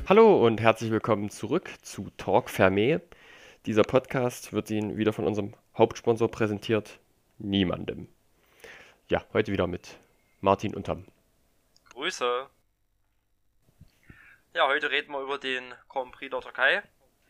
Hallo und herzlich willkommen zurück zu Talk Vermeer. Dieser Podcast wird Ihnen wieder von unserem Hauptsponsor präsentiert, niemandem. Ja, heute wieder mit Martin und Tom. Grüße. Ja, heute reden wir über den Grand Prix der Türkei.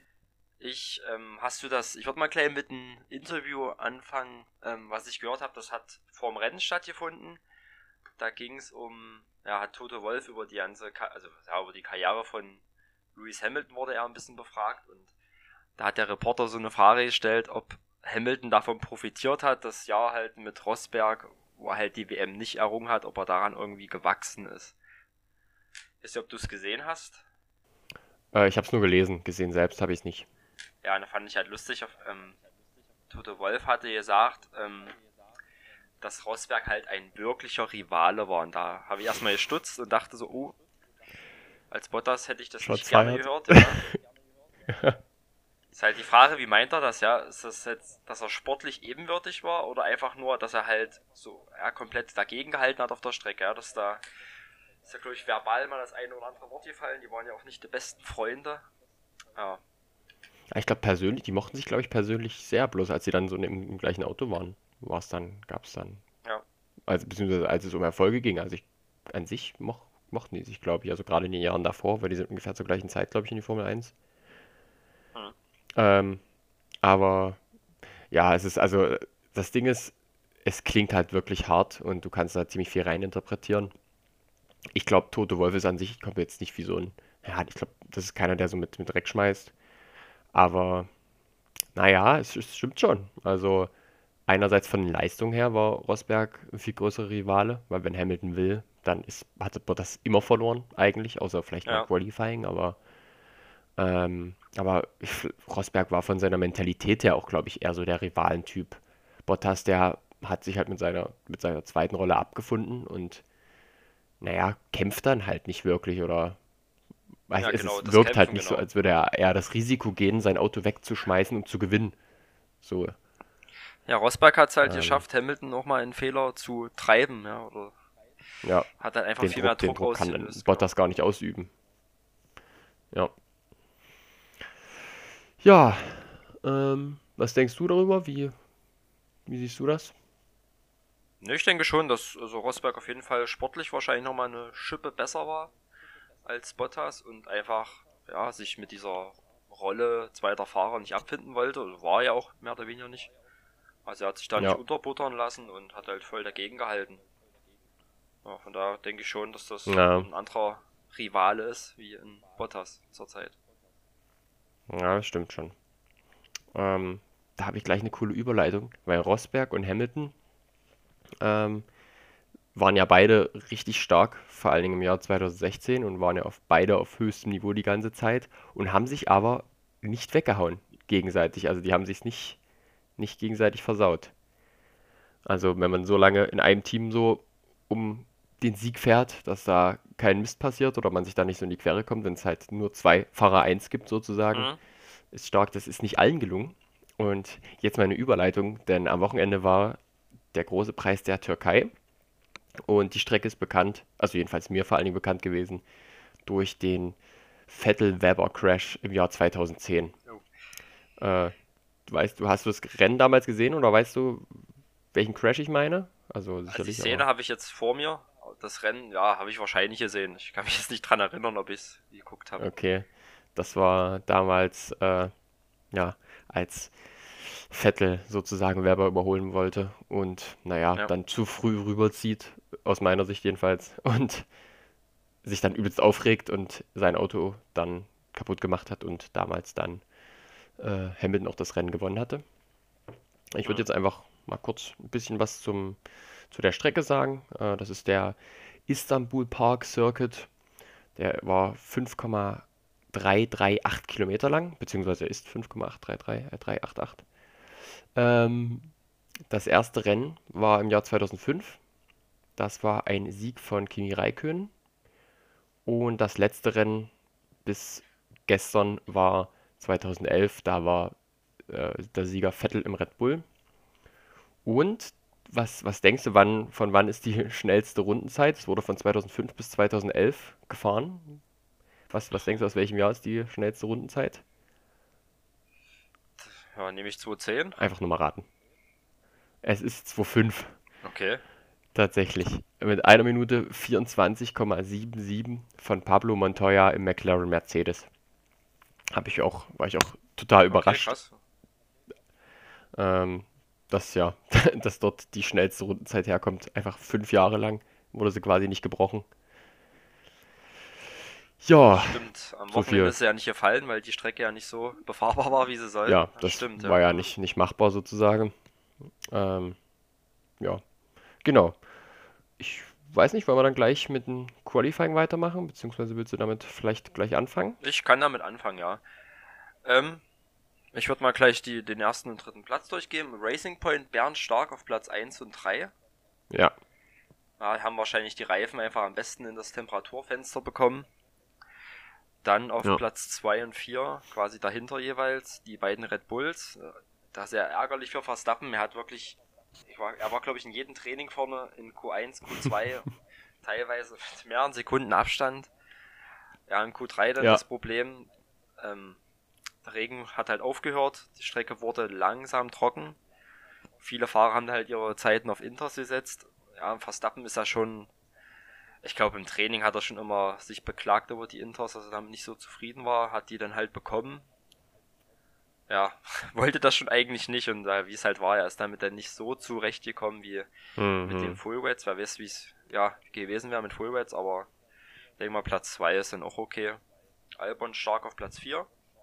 Ich würde mal gleich mit einem Interview anfangen, was ich gehört habe, das hat vor dem Rennen stattgefunden. Da ging es hat Toto Wolff über die über die Karriere von Lewis Hamilton wurde er ein bisschen befragt und da hat der Reporter so eine Frage gestellt, ob Hamilton davon profitiert hat, das Jahr halt mit Rosberg, wo er halt die WM nicht errungen hat, ob er daran irgendwie gewachsen ist. Ist ja, ob du es gesehen hast. Ich habe es nur gelesen, gesehen selbst habe ich es nicht. Ja, und da fand ich halt lustig, Toto Wolff hatte gesagt, dass Rosberg halt ein wirklicher Rivale war. Und da habe ich erstmal gestutzt und dachte so, oh, als Bottas hätte ich das nicht Shots gerne fired. gehört, ja. Ist halt die Frage, wie meint er das, ja? Ist das jetzt, dass er sportlich ebenwürdig war oder einfach nur, dass er halt so komplett dagegen gehalten hat auf der Strecke, ja? Ist ja, glaube ich, verbal mal das eine oder andere Wort gefallen. Die waren ja auch nicht die besten Freunde. Ja, Ich glaube persönlich, die mochten sich, glaube ich, persönlich sehr, bloß als sie dann so im gleichen Auto waren, gab es dann, ja. also beziehungsweise als es um Erfolge ging, also an sich mochten die sich, glaube ich, also gerade in den Jahren davor, weil die sind ungefähr zur gleichen Zeit, glaube ich, in die Formel 1. Hm. Ähm, aber ja, das Ding ist, es klingt halt wirklich hart und du kannst da ziemlich viel reininterpretieren. Ich glaube, Toto Wolff ist an sich, kommt jetzt nicht wie so ein, ja, ich glaube, das ist keiner, der so mit Dreck schmeißt. Aber naja, es stimmt schon. Also einerseits von den Leistungen her war Rosberg ein viel größerer Rivale, weil wenn Hamilton will, hatte Bottas immer verloren eigentlich, außer vielleicht mal Ja, Qualifying, aber Rosberg war von seiner Mentalität her auch, glaube ich, eher so der Rivalentyp. Bottas, der hat sich halt mit seiner zweiten Rolle abgefunden und naja, kämpft dann halt nicht wirklich oder ja, genau, es das wirkt halt Kämpfen, nicht so, genau. als würde er eher das Risiko gehen, sein Auto wegzuschmeißen und zu gewinnen. So, Ja, Rosberg hat es halt ähm, geschafft, Hamilton nochmal einen Fehler zu treiben, ja, oder ja, hat dann einfach den viel mehr Den Druck Druck kann dann rausgelöst, genau. Bottas gar nicht ausüben. Ja. Ja, was denkst du darüber? Wie siehst du das? Ne, ich denke schon, dass also Rosberg auf jeden Fall sportlich wahrscheinlich nochmal eine Schippe besser war als Bottas und einfach, ja, sich mit dieser Rolle zweiter Fahrer nicht abfinden wollte. Also war ja auch mehr oder weniger nicht. Also er hat sich da nicht Ja, unterbuttern lassen und hat halt voll dagegen gehalten. Ja, von daher denke ich schon, dass das ja, ein anderer Rivale ist, wie in Bottas zurzeit. ja, das stimmt schon. Ähm, Da habe ich gleich eine coole Überleitung, weil Rosberg und Hamilton ähm, waren ja beide richtig stark, vor allen Dingen im Jahr 2016 und waren ja beide auf höchstem Niveau die ganze Zeit und haben sich aber nicht weggehauen gegenseitig. Also die haben sich nicht gegenseitig versaut. Also wenn man so lange in einem Team so um den Sieg fährt, dass da kein Mist passiert oder man sich da nicht so in die Quere kommt, wenn es halt nur zwei Fahrer eins gibt sozusagen, Mhm. ist stark. Das ist nicht allen gelungen. Und jetzt meine Überleitung, denn am Wochenende war der große Preis der Türkei und die Strecke ist bekannt, also jedenfalls mir vor allen Dingen bekannt gewesen, durch den Vettel-Weber-Crash im Jahr 2010. Jo. Äh, hast du das Rennen damals gesehen oder weißt du, welchen Crash ich meine? Also Also die sicherlich, Szene aber habe ich jetzt vor mir. Das Rennen, ja, habe ich wahrscheinlich gesehen. Ich kann mich jetzt nicht dran erinnern, ob ich es geguckt habe. okay. Das war damals, ja, als Vettel sozusagen Weber überholen wollte und naja, Ja, dann zu früh rüberzieht, aus meiner Sicht jedenfalls, und sich dann übelst aufregt und sein Auto dann kaputt gemacht hat und damals dann Hamilton auch das Rennen gewonnen hatte. Ich würde mhm. jetzt einfach mal kurz ein bisschen was zu der Strecke sagen. Das ist der Istanbul Park Circuit. Der war 5,338 Kilometer lang, beziehungsweise ist 5,833,388. Ähm, Das erste Rennen war im Jahr 2005. Das war ein Sieg von Kimi Räikkönen. Und das letzte Rennen bis gestern war 2011. Da war der Sieger Vettel im Red Bull. Und was denkst du, von wann ist die schnellste Rundenzeit? Es wurde von 2005 bis 2011 gefahren. Was denkst du, aus welchem Jahr ist die schnellste Rundenzeit? Ja, nehme ich 2:10. Einfach nur mal raten. Es ist 2,5 Okay. tatsächlich. Mit 1 Minute 24,77 von Pablo Montoya im McLaren Mercedes. War ich auch total Okay, überrascht, krass. ähm, dass ja, dass dort die schnellste Rundenzeit herkommt. Einfach 5 Jahre lang wurde sie quasi nicht gebrochen. Ja, Stimmt. Am so Wochenende viel. ist sie ja nicht gefallen, weil die Strecke ja nicht so befahrbar war, wie sie soll. Ja, Das das stimmt, war ja. ja nicht machbar sozusagen. Ähm, ja, genau. Ich weiß nicht, wollen wir dann gleich mit dem Qualifying weitermachen? Beziehungsweise willst du damit vielleicht gleich anfangen? Ich kann damit anfangen, ja. Ähm, Ich würde mal gleich den ersten und dritten Platz durchgeben. Racing Point Bernd Stark auf Platz 1 und 3. Ja, Ja, haben wahrscheinlich die Reifen einfach am besten in das Temperaturfenster bekommen. Dann auf ja, Platz 2 und 4, quasi dahinter jeweils, die beiden Red Bulls. Das ist sehr ärgerlich für Verstappen. Er war glaube ich in jedem Training vorne in Q1, Q2, teilweise mit mehreren Sekunden Abstand. Ja, in Q3 dann ja, das Problem. Der Regen hat halt aufgehört, die Strecke wurde langsam trocken. Viele Fahrer haben halt ihre Zeiten auf Inters gesetzt. Ja, Verstappen ist ja schon, ich glaube im Training hat er schon immer sich beklagt über die Inters, dass er damit nicht so zufrieden war, hat die dann halt bekommen. Ja, wollte das schon eigentlich nicht und wie es halt war, er ist damit dann nicht so zurechtgekommen wie mit den mhm. Fullwets. Wer weiß, wie es ja gewesen wäre mit Fullwets, aber ich denke mal Platz 2 ist dann auch okay. Albon stark auf Platz 4.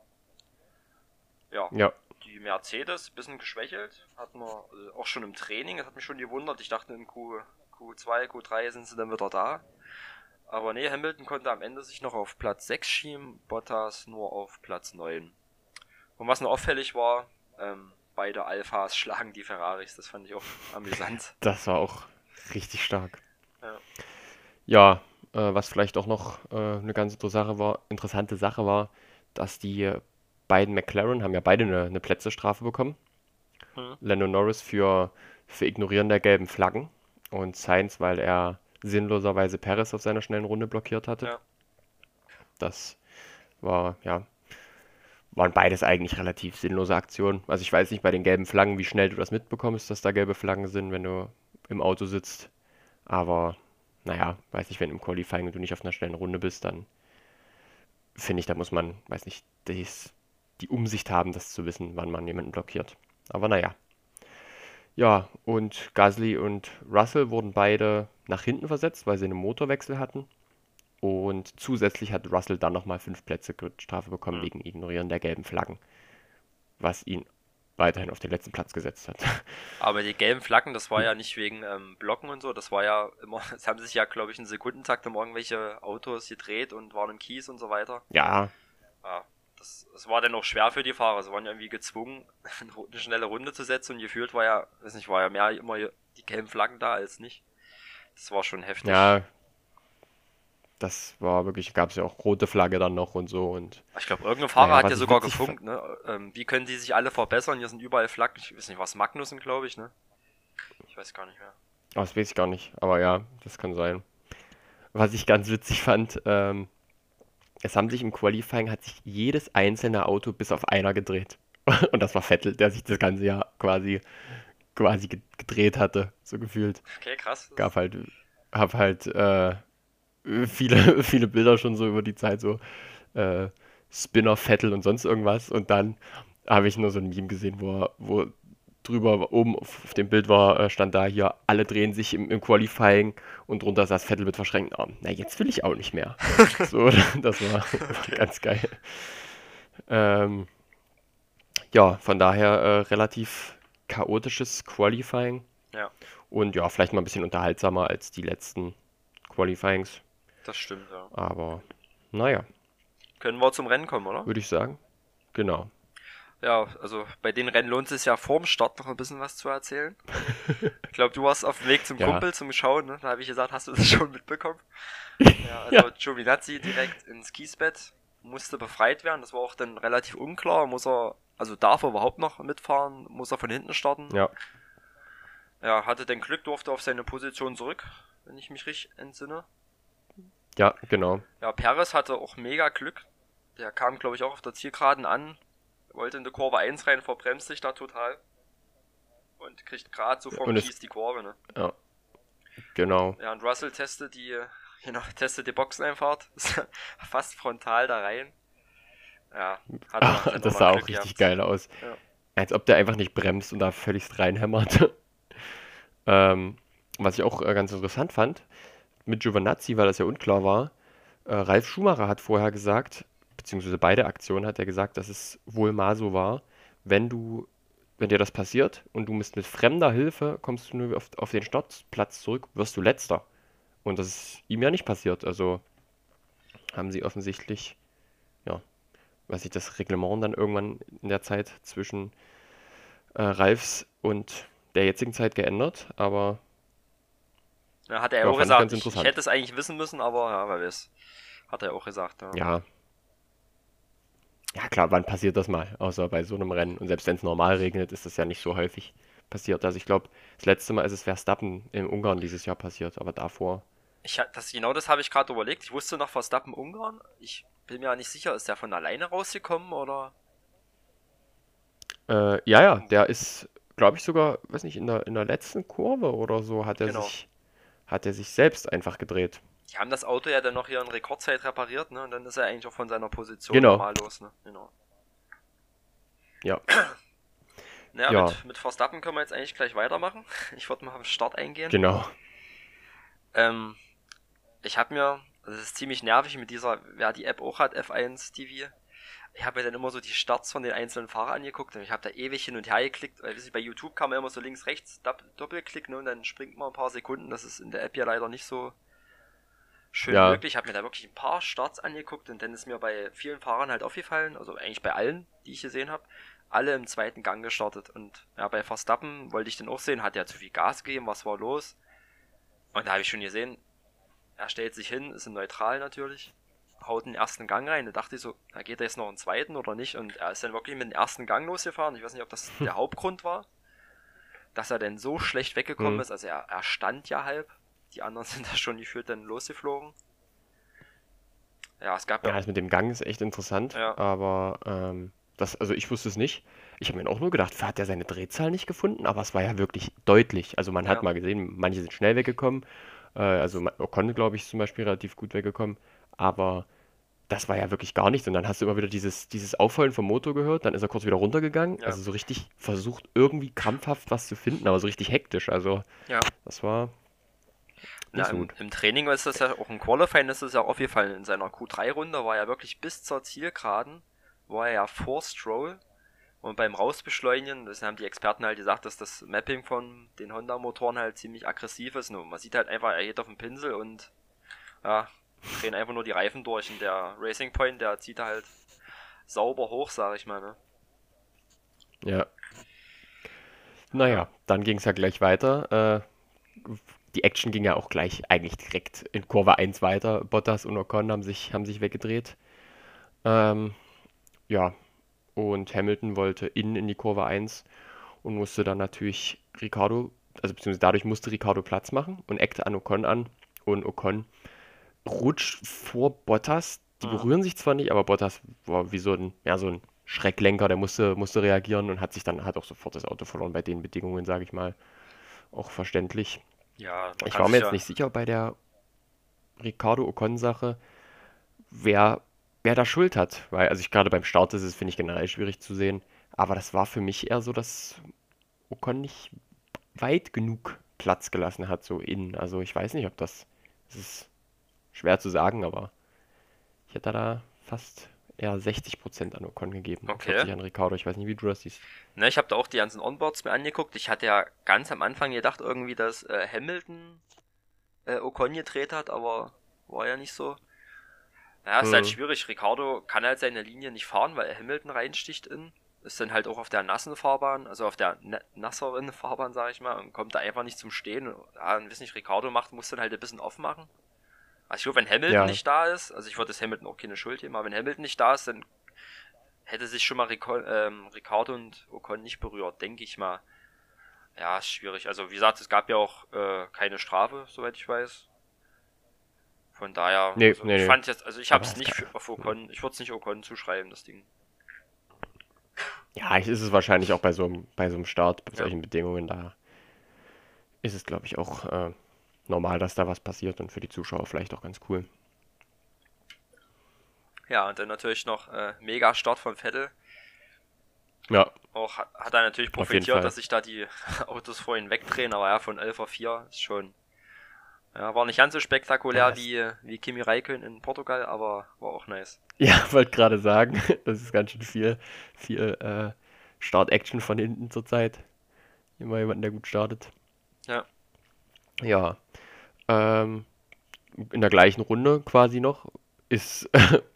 Ja, Ja, die Mercedes, bisschen geschwächelt, hatten wir auch schon im Training, das hat mich schon gewundert. Ich dachte in Q2, Q3 sind sie dann wieder da. Aber nee, Hamilton konnte am Ende sich noch auf Platz 6 schieben, Bottas nur auf Platz 9. Und was noch auffällig war, beide Alphas schlagen die Ferraris, das fand ich auch amüsant. das war auch richtig stark. Ja, Ja, was vielleicht auch noch eine ganz interessante Sache war, dass die beiden McLaren haben ja beide eine Plätzestrafe bekommen. hm, Lando Norris für Ignorieren der gelben Flaggen und Sainz, weil er sinnloserweise Perez auf seiner schnellen Runde blockiert hatte. ja. Das ja, waren beides eigentlich relativ sinnlose Aktionen. Also ich weiß nicht bei den gelben Flaggen, wie schnell du das mitbekommst, dass da gelbe Flaggen sind, wenn du im Auto sitzt. Aber naja, weiß nicht, wenn im Qualifying du nicht auf einer schnellen Runde bist, dann finde ich, da muss man, weiß nicht, die Umsicht haben, das zu wissen, wann man jemanden blockiert. Aber naja. Ja, und Gasly und Russell wurden beide nach hinten versetzt, weil sie einen Motorwechsel hatten. Und zusätzlich hat Russell dann nochmal 5 Plätze Strafe bekommen Hm. wegen Ignorieren der gelben Flaggen, was ihn weiterhin auf den letzten Platz gesetzt hat. Aber die gelben Flaggen, das war ja nicht wegen Blocken und so, das war ja immer, es haben sich ja, glaube ich, in Sekundentakt um irgendwelche Autos gedreht und waren im Kies und so weiter. Ja, Ja, das war dann auch schwer für die Fahrer. Sie waren ja irgendwie gezwungen, eine schnelle Runde zu setzen und gefühlt weiß nicht, war ja mehr immer die gelben Flaggen da als nicht. Das war schon heftig. ja, das war wirklich, gab es ja auch rote Flagge dann noch und so. Und Ich glaube, irgendein Fahrer naja, hat ja was ich sogar witzig gefunkt, ne? Wie können die sich alle verbessern? Hier sind überall Flaggen. Ich weiß nicht, was Magnussen, glaube ich, ne? Ich weiß gar nicht mehr. das weiß ich gar nicht, aber ja, das kann sein. Was ich ganz witzig fand, im Qualifying hat sich jedes einzelne Auto bis auf einer gedreht. Und das war Vettel, der sich das ganze Jahr quasi gedreht hatte, so gefühlt. Okay, krass. Gab halt, hab halt viele Bilder schon so über die Zeit, so äh, Spinner, Vettel und sonst irgendwas. Und dann habe ich nur so ein Meme gesehen, wo drüber oben auf dem Bild war, stand da hier, alle drehen sich im Qualifying und drunter saß Vettel mit verschränkten Armen. Na, jetzt will ich auch nicht mehr. So, das war Okay. ganz geil. Ähm, ja, von daher relativ chaotisches Qualifying Ja, und ja, vielleicht mal ein bisschen unterhaltsamer als die letzten Qualifyings. das stimmt, ja. Aber naja, Können wir zum Rennen kommen, oder? würde ich sagen. Genau. Ja, also bei den Rennen lohnt es sich ja vorm Start noch ein bisschen was zu erzählen. Ich glaube, du warst auf dem Weg zum Ja. Kumpel zum Schauen, ne? Da habe ich gesagt, hast du das schon mitbekommen? Ja, Ja. also Giovinazzi direkt ins Kiesbett, musste befreit werden. Das war auch dann relativ unklar. Darf er überhaupt noch mitfahren? Muss er von hinten starten? Ja. Ja, hatte dann Glück, durfte auf seine Position zurück, wenn ich mich richtig entsinne. Ja, genau. Ja, Perez hatte auch mega Glück. Der kam, glaube ich, auch auf der Zielgeraden an, wollte in die Kurve 1 rein, verbremst sich da total und kriegt gerade so vom Und es, Kies die Kurve, ne? ja, genau. Ja, und Russell testet die Boxeneinfahrt, ist fast frontal da rein. Ja, hat er Ah, dann das nochmal sah Glück auch richtig gehabt. geil aus. Ja. Als ob der einfach nicht bremst und da völlig reinhämmert. Ähm, was ich auch ganz interessant fand, mit Giovinazzi, weil das ja unklar war, Ralf Schumacher hat vorher gesagt, beziehungsweise beide Aktionen hat er gesagt, dass es wohl mal so war, wenn du, wenn dir das passiert und du musst mit fremder Hilfe, kommst du nur auf den Startplatz zurück, wirst du Letzter. Und das ist ihm ja nicht passiert. Also haben sie offensichtlich, ja, weiß ich, das Reglement dann irgendwann in der Zeit zwischen Ralfs und der jetzigen Zeit geändert. Aber Ja, hat er ja ja, auch fand ich gesagt, ganz ich interessant. hätte es eigentlich wissen müssen, aber ja, wer weiß. Hat er auch gesagt, ja. Ja, ja klar, wann passiert das mal? Außer bei so einem Rennen. Und selbst wenn es normal regnet, ist das ja nicht so häufig passiert. Also ich glaube, das letzte Mal ist es Verstappen in Ungarn dieses Jahr passiert, aber davor. Genau das habe ich gerade überlegt. Ich wusste noch Verstappen Ungarn. Ich bin mir ja nicht sicher, ist der von alleine rausgekommen oder? Ja, ja, der ist, glaube ich, sogar, weiß nicht, in der letzten Kurve oder so Genau. hat er sich selbst einfach gedreht. Die haben das Auto ja dann noch hier in Rekordzeit repariert, ne? Und dann ist er eigentlich auch von seiner Position Genau, normal los, ne? Genau. ja, Naja, ja, mit Verstappen können wir jetzt eigentlich gleich weitermachen. Ich würde mal auf den Start eingehen. genau. Ähm, das ist ziemlich nervig mit dieser, wer die App auch hat, F1 TV. Ich habe mir dann immer so die Starts von den einzelnen Fahrern angeguckt und ich habe da ewig hin und her geklickt, weil bei YouTube kann man immer so links, rechts Doppelklick, ne, und dann springt man ein paar Sekunden. Das ist in der App ja leider nicht so schön Ja, möglich. Ich habe mir da wirklich ein paar Starts angeguckt und dann ist mir bei vielen Fahrern halt aufgefallen, also eigentlich bei allen, die ich gesehen habe, alle im zweiten Gang gestartet. Und ja, bei Verstappen wollte ich den auch sehen, hat er zu viel Gas gegeben, was war los? Und da habe ich schon gesehen, er stellt sich hin, ist im Neutral natürlich, haut den ersten Gang rein. Da dachte ich so, da geht er jetzt noch einen zweiten oder nicht? Und er ist dann wirklich mit dem ersten Gang losgefahren. Ich weiß nicht, ob das der Hauptgrund war, dass er denn so schlecht weggekommen hm. ist. Also er stand ja halb. Die anderen sind da schon gefühlt dann losgeflogen. Ja, es gab Ja, ja. das mit dem Gang ist echt interessant, Ja, aber also ich wusste es nicht. Ich habe mir auch nur gedacht, hat er seine Drehzahl nicht gefunden? Aber es war ja wirklich deutlich. Also man hat ja. mal gesehen, manche sind schnell weggekommen. Also Ocon, glaube ich, ist zum Beispiel relativ gut weggekommen. Aber das war ja wirklich gar nichts. Und dann hast du immer wieder dieses Aufheulen vom Motor gehört. Dann ist er kurz wieder runtergegangen. Ja, Also so richtig versucht, irgendwie krampfhaft was zu finden, aber so richtig hektisch. Also ja. das war nicht Na, so gut. im Training ist das ja auch im Qualifying ist das ja aufgefallen. In seiner Q3-Runde war er wirklich bis zur Zielgeraden, war er ja vor Stroll. Und beim Rausbeschleunigen, das haben die Experten halt gesagt, dass das Mapping von den Honda-Motoren halt ziemlich aggressiv ist. Und man sieht halt einfach, er geht auf den Pinsel und ja, drehen einfach nur die Reifen durch. Und der Racing Point, der zieht halt sauber hoch, sag ich mal. Ne? Ja. Ja, Naja, dann ging es ja gleich weiter. Die Action ging ja auch gleich eigentlich direkt in Kurve 1 weiter. Bottas und Ocon haben sich weggedreht. Ähm, ja, und Hamilton wollte innen in die Kurve 1 und musste dann natürlich Ricardo, also beziehungsweise dadurch musste Ricardo Platz machen und eckte an Ocon an. Und Ocon rutscht vor Bottas. Die mhm. berühren sich zwar nicht, aber Bottas war wie so so ein Schrecklenker, der musste reagieren und hat auch sofort das Auto verloren bei den Bedingungen, sage ich mal. Auch verständlich. Ja, man Ich kann war sich mir jetzt ja. nicht sicher bei der Ricardo Ocon-Sache, wer, wer da Schuld hat. Weil, also ich gerade beim Start ist es, finde ich, generell schwierig zu sehen. Aber das war für mich eher so, dass Ocon nicht weit genug Platz gelassen hat, so innen. Also ich weiß nicht, ob das ist schwer zu sagen, aber ich hätte da fast eher 60% an Ocon gegeben und Okay. 40 an Ricardo. Ich weiß nicht, wie du das siehst. Ne, ich habe da auch die ganzen Onboards mir angeguckt. Ich hatte ja ganz am Anfang gedacht irgendwie, dass Hamilton Ocon gedreht hat, aber war ja nicht so. Naja, ist halt Hm, schwierig. Ricardo kann halt seine Linie nicht fahren, weil er Hamilton reinsticht in. Ist dann halt auch auf der nassen Fahrbahn, also auf der nasseren Fahrbahn, sag ich mal, und kommt da einfach nicht zum Stehen. Ja, und weiß nicht, Ricardo muss dann halt ein bisschen aufmachen. Also ich glaube, wenn Hamilton ja, nicht da ist, also ich würde das Hamilton auch keine Schuld geben, aber wenn Hamilton nicht da ist, dann hätte sich schon mal Ricardo und Ocon nicht berührt, denke ich mal. Ja, ist schwierig. Also wie gesagt, es gab ja auch keine Strafe, soweit ich weiß. Von daher, Nee, also nee, ich nee. fand jetzt, also ich habe Aber es es nicht kann, auf Ocon, ich würde es nicht Ocon zuschreiben, das Ding. ja, ist es wahrscheinlich auch bei so einem Start, bei Ja. solchen Bedingungen, da ist es, glaube ich, auch normal, dass da was passiert und für die Zuschauer vielleicht auch ganz cool. Ja, und dann natürlich noch mega Start von Vettel. Ja, Auch hat er natürlich auf jeden profitiert, Fall. dass sich da die Autos vor ihn wegdrehen, aber ja, von 11 auf 4 ist schon, ja, war nicht ganz so Ja, spektakulär wie Kimi Räikkönen in Portugal, aber war auch nice. ja, wollte gerade sagen, das ist ganz schön viel Start-Action von hinten zurzeit. Immer jemanden, der gut startet. Ja, Ja, ähm, in der gleichen Runde quasi noch ist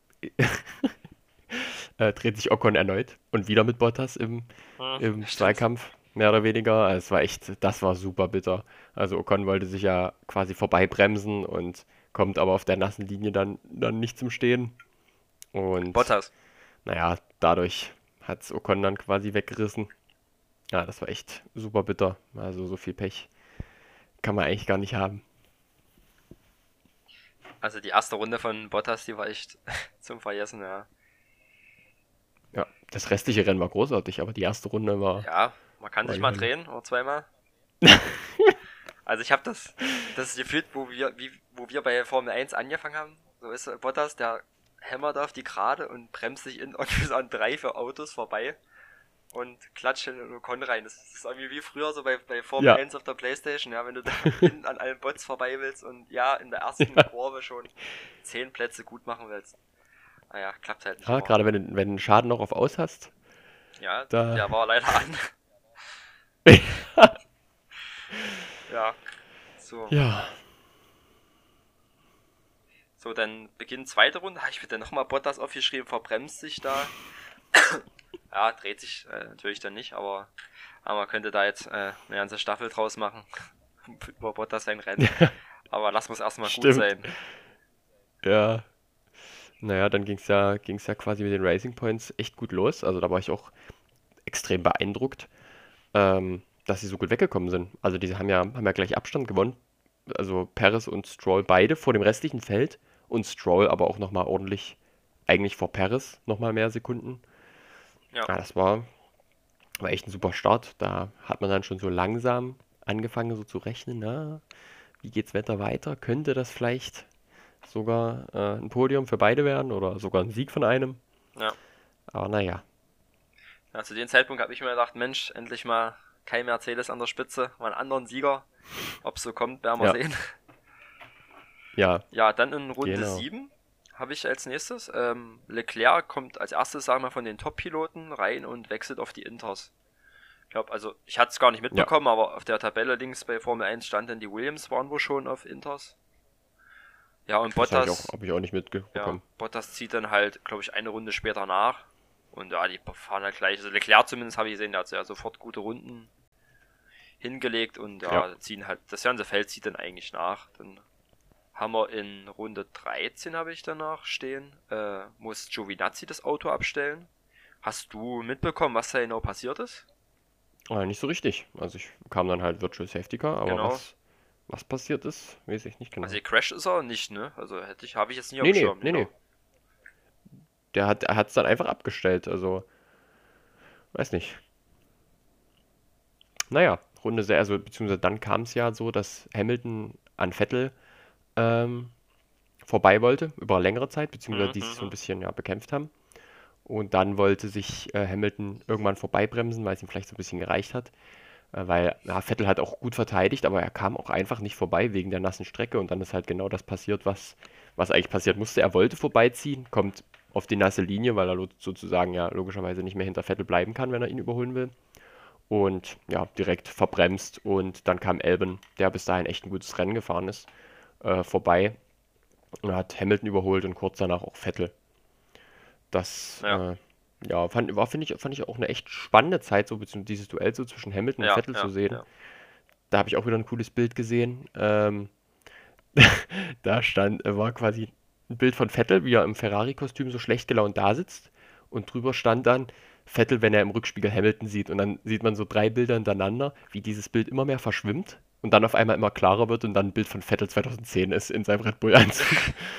dreht sich Ocon erneut und wieder mit Bottas im stimmt. Zweikampf, mehr oder weniger. Also es war echt, das war super bitter. Also Ocon wollte sich ja quasi vorbeibremsen und kommt aber auf der nassen Linie dann nicht zum Stehen. Und Bottas. naja, dadurch hat es Ocon dann quasi weggerissen. Ja, das war echt super bitter. Also so viel Pech kann man eigentlich gar nicht haben. Also die erste Runde von Bottas, die war echt zum Vergessen, ja. Ja, das restliche Rennen war großartig, aber die erste Runde Ja, man kann war sich die mal Hölle. drehen, oder zweimal. Also ich habe das gefühlt, wo wir bei Formel 1 angefangen haben. So ist Bottas, der hämmert auf die Gerade und bremst sich in irgendwie so an 3 für Autos vorbei und klatscht in Ocon rein. Das ist irgendwie wie früher so bei Formel Ja, 1 auf der Playstation, ja, wenn du da hinten an allen Bots vorbei willst und ja, in der ersten ja, Kurve schon 10 Plätze gut machen willst. Naja, klappt halt nicht ja immer. gerade wenn du einen Schaden noch auf aus hast, Ja, da. der war leider an. Ja, so. Ja, So, dann beginnt zweite Runde. Habe ich mir dann nochmal Bottas aufgeschrieben, verbremst sich da. Ja, dreht sich natürlich dann nicht, aber man könnte da jetzt eine ganze Staffel draus machen. Über Bottas sein Rennen. Aber lass muss erstmal gut stimmt. sein. Ja. Naja, dann ging's ja quasi mit den Racing Points echt gut los. Also da war ich auch extrem beeindruckt, dass sie so gut weggekommen sind. Also die haben ja gleich Abstand gewonnen. Also Perez und Stroll beide vor dem restlichen Feld und Stroll aber auch nochmal ordentlich, eigentlich vor Perez nochmal mehr Sekunden. Ja, Ja, war echt ein super Start. Da hat man dann schon so langsam angefangen so zu rechnen, na, wie geht's Wetter weiter? Könnte das vielleicht sogar ein Podium für beide werden oder sogar ein Sieg von einem? ja. Aber naja, Ja, zu dem Zeitpunkt habe ich mir gedacht, Mensch, endlich mal kein Mercedes an der Spitze, mal einen anderen Sieger. Ob es so kommt, werden wir ja, sehen. ja, Ja, dann in Runde genau. 7 habe ich als nächstes. Leclerc kommt als erstes, sagen wir mal, von den Top-Piloten rein und wechselt auf die Inters. Ich glaube, also ich hatte es gar nicht Ja, mitbekommen, aber auf der Tabelle links bei Formel 1 stand dann, die Williams waren wohl schon auf Inters. Ja, und das Bottas, habe ich auch nicht ja, mitbekommen. Bottas zieht dann halt, glaube ich, eine Runde später nach. Und ja, die fahren halt gleich. Also Leclerc zumindest habe ich gesehen, der hat ja sofort gute Runden hingelegt und Ja, ja, ziehen halt, das ganze Feld zieht dann eigentlich nach. Dann haben wir in Runde 13 habe ich danach stehen, muss Giovinazzi das Auto abstellen. Hast du mitbekommen, was da genau passiert ist? aber nicht so richtig. Also ich kam dann halt Virtual Safety Car, aber Genau. was passiert ist, weiß ich nicht Also genau. gecrashed ist er nicht, ne? Also habe ich jetzt nie auf dem Schirm, Nee. genau. Er hat es dann einfach abgestellt. Also, weiß nicht. Naja, Runde sehr, also beziehungsweise dann kam es ja so, dass Hamilton an Vettel ähm, vorbei wollte, über längere Zeit, beziehungsweise Mhm, die sich so ein mhm. bisschen ja bekämpft haben. Und dann wollte sich Hamilton irgendwann vorbeibremsen, weil es ihm vielleicht so ein bisschen gereicht hat. Weil ja, Vettel hat auch gut verteidigt, aber er kam auch einfach nicht vorbei wegen der nassen Strecke. Und dann ist halt genau das passiert, was eigentlich passiert musste. Er wollte vorbeiziehen, kommt auf die nasse Linie, weil er sozusagen ja logischerweise nicht mehr hinter Vettel bleiben kann, wenn er ihn überholen will. Und ja, direkt verbremst. Und dann kam Albon, der bis dahin echt ein gutes Rennen gefahren ist, vorbei und hat Hamilton überholt und kurz danach auch Vettel. Das Ja, ja, fand ich auch eine echt spannende Zeit, so beziehungsweise dieses Duell so zwischen Hamilton und ja, Vettel zu ja, sehen. ja. Da habe ich auch wieder ein cooles Bild gesehen. War quasi ein Bild von Vettel, wie er im Ferrari-Kostüm so schlecht gelaunt da sitzt. Und drüber stand dann Vettel, wenn er im Rückspiegel Hamilton sieht. Und dann sieht man so drei Bilder hintereinander, wie dieses Bild immer mehr verschwimmt. und dann auf einmal immer klarer wird und dann ein Bild von Vettel 2010 ist in seinem Red Bull-Anzug.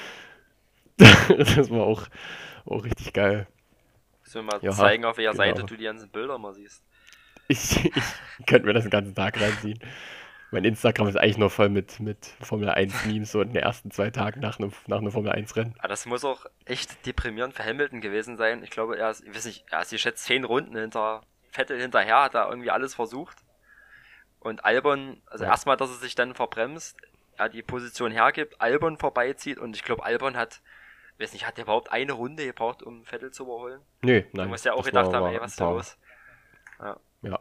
Das war auch richtig geil. Sollen wir mal Ja, zeigen, auf welcher Seite genau. du die ganzen Bilder mal siehst. Ich könnte mir das den ganzen Tag reinziehen. Mein Instagram ist eigentlich nur voll mit Formel 1 Memes so in den ersten 2 Tagen nach einem Formel 1 Rennen. Aber das muss auch echt deprimierend für Hamilton gewesen sein. Ich glaube, ich weiß nicht, er ist geschätzt 10 Runden hinter Vettel hinterher, hat da irgendwie alles versucht. Und Albon, also Ja. erstmal, dass er sich dann verbremst, er die Position hergibt, Albon vorbeizieht und ich glaube, Albon hat, weiß nicht, hat der überhaupt eine Runde gebraucht, um Vettel zu überholen? Nö, Da nein, muss ja auch das gedacht haben, ey, war was ein ist hier paar. los? Ja, Ja,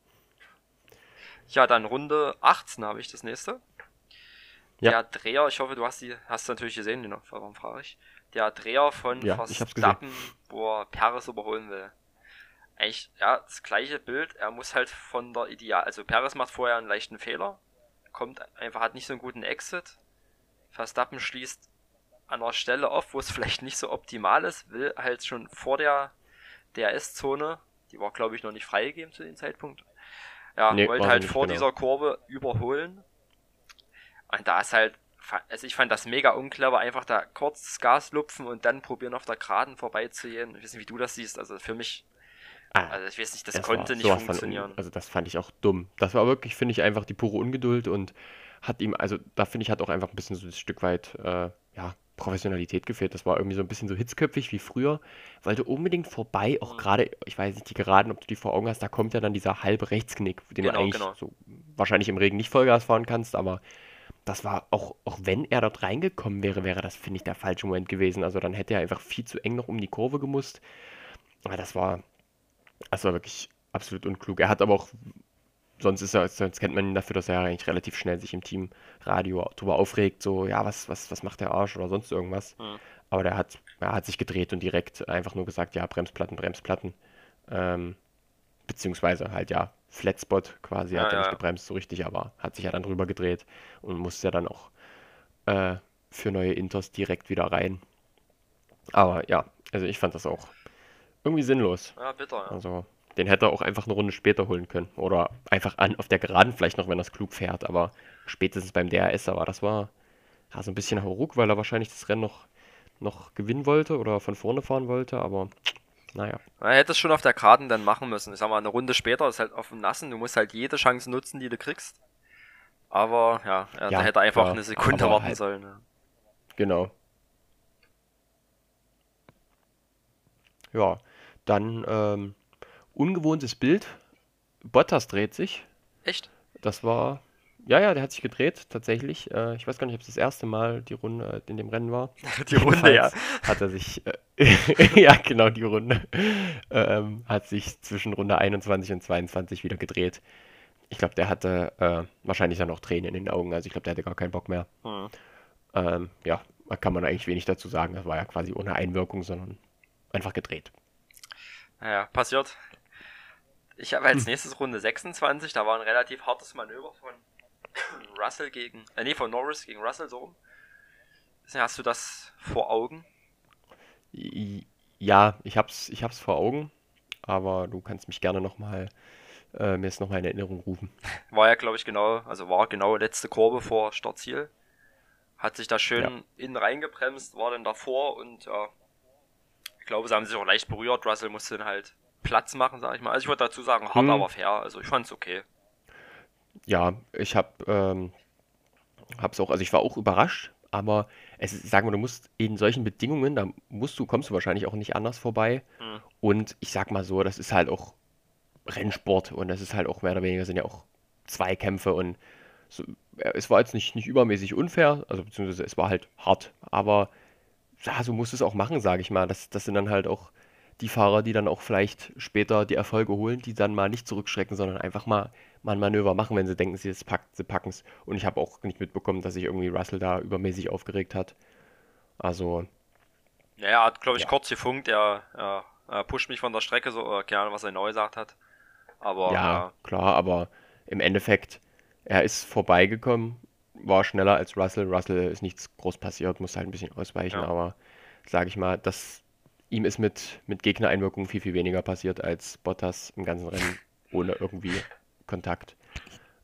ja dann Runde 18 habe ich das nächste. ja, Der Dreher, ich hoffe, hast du natürlich gesehen, genau, warum frage ich? Der Dreher von ja, ich hab's gesehen. Verstappen, wo er Perez überholen will. Eigentlich, ja, das gleiche Bild. Er muss halt von der Ideal, also Perez macht vorher einen leichten Fehler, kommt einfach, hat nicht so einen guten Exit. Verstappen schließt an einer Stelle auf, wo es vielleicht nicht so optimal ist, will halt schon vor der DRS-Zone, die war glaube ich noch nicht freigegeben zu dem Zeitpunkt, ja, Nee, wollte war sie halt nicht, vor genau. dieser Kurve überholen. Und da ist halt, also ich fand das mega unclever, einfach da kurz das Gas lupfen und dann probieren auf der Geraden vorbeizugehen. Ich weiß nicht, wie du das siehst, also für mich, Ah, also ich weiß nicht, das das war konnte nicht sowas funktionieren. also das fand ich auch dumm. Das war wirklich, finde ich, einfach die pure Ungeduld und hat ihm, also da finde ich, hat auch einfach ein bisschen so ein Stück weit, ja, Professionalität gefehlt. Das war irgendwie so ein bisschen so hitzköpfig wie früher, wollte unbedingt vorbei, auch Hm. gerade, ich weiß nicht, die Geraden, ob du die vor Augen hast, da kommt ja dann dieser halbe Rechtsknick, den du Genau, eigentlich genau. so wahrscheinlich im Regen nicht Vollgas fahren kannst, aber das war auch wenn er dort reingekommen wäre, wäre das, finde ich, der falsche Moment gewesen. Also dann hätte er einfach viel zu eng noch um die Kurve gemusst. Aber das war wirklich absolut unklug. Er hat aber auch, sonst kennt man ihn dafür, dass er eigentlich relativ schnell sich im Teamradio drüber aufregt, so, ja, was macht der Arsch oder sonst irgendwas. Hm. Aber er hat sich gedreht und direkt einfach nur gesagt, ja, Bremsplatten, Bremsplatten. Ähm, beziehungsweise halt, ja, Flatspot quasi, Ja, hat er nicht ja. gebremst so richtig, aber hat sich ja dann drüber gedreht und musste ja dann auch äh, für neue Inters direkt wieder rein. Aber ja, also ich fand das auch irgendwie sinnlos. Ja, bitter, ja. Also den hätte er auch einfach eine Runde später holen können. Oder einfach auf der Geraden vielleicht noch, wenn er es klug fährt. Aber spätestens beim DRS, aber das war ja, so ein bisschen Hauruck, weil er wahrscheinlich das Rennen noch gewinnen wollte oder von vorne fahren wollte. Aber naja, Er hätte es schon auf der Geraden dann machen müssen. Ich sag mal, eine Runde später ist halt auf dem Nassen. Du musst halt jede Chance nutzen, die du kriegst. Aber ja, da ja, hätte er einfach klar. eine Sekunde Aber warten halt, sollen. Ja. genau. Ja, dann ungewohntes Bild. Bottas dreht sich. Echt? Das war, ja, ja, der hat sich gedreht, tatsächlich. Ich weiß gar nicht, ob es das erste Mal die Runde in dem Rennen war. Die Runde, ja. Jedenfalls hat er sich, ja, genau, die Runde, hat sich zwischen Runde 21 und 22 wieder gedreht. Ich glaube, der hatte wahrscheinlich dann noch Tränen in den Augen, also ich glaube, der hatte gar keinen Bock mehr. Hm. Ja, da kann man eigentlich wenig dazu sagen. Das war ja quasi ohne Einwirkung, sondern einfach gedreht. Naja, passiert. Ich habe als nächstes Runde 26, da war ein relativ hartes Manöver von Russell gegen, von Norris gegen Russell so rum. Hast du das vor Augen? Ja, ich hab's vor Augen, aber du kannst mich gerne mir es nochmal in Erinnerung rufen. War ja, glaube ich, genau, also war genau letzte Kurve vor Startziel. Hat sich da Ja. schön innen reingebremst, war dann davor und ja, ich glaube, sie haben sich auch leicht berührt. Russell musste dann halt Platz machen, sag ich mal. Also ich würde dazu sagen, hart, Hm, aber fair. Also ich fand's okay. ja, hab's auch, also ich war auch überrascht, aber sagen wir, du musst in solchen Bedingungen, kommst du wahrscheinlich auch nicht anders vorbei. Hm. Und ich sag mal so, das ist halt auch Rennsport und das ist halt auch mehr oder weniger sind ja auch Zweikämpfe und so, es war jetzt nicht übermäßig unfair, also beziehungsweise es war halt hart, aber ja, so musst du es auch machen, sage ich mal. Das sind dann halt auch die Fahrer, die dann auch vielleicht später die Erfolge holen, die dann mal nicht zurückschrecken, sondern einfach mal ein Manöver machen, wenn sie denken, sie packen es. Und ich habe auch nicht mitbekommen, dass sich irgendwie Russell da übermäßig aufgeregt hat. Also, Ja, er hat, glaube ich, ja. kurz gefunkt, er pusht mich von der Strecke, so, keine Ahnung, was er genau gesagt hat. Aber Ja, ja, klar, aber im Endeffekt, er ist vorbeigekommen, war schneller als Russell. Russell ist nichts groß passiert, musste halt ein bisschen ausweichen, ja. aber sage ich mal, ihm ist mit Gegnereinwirkung viel, viel weniger passiert als Bottas im ganzen Rennen ohne irgendwie Kontakt.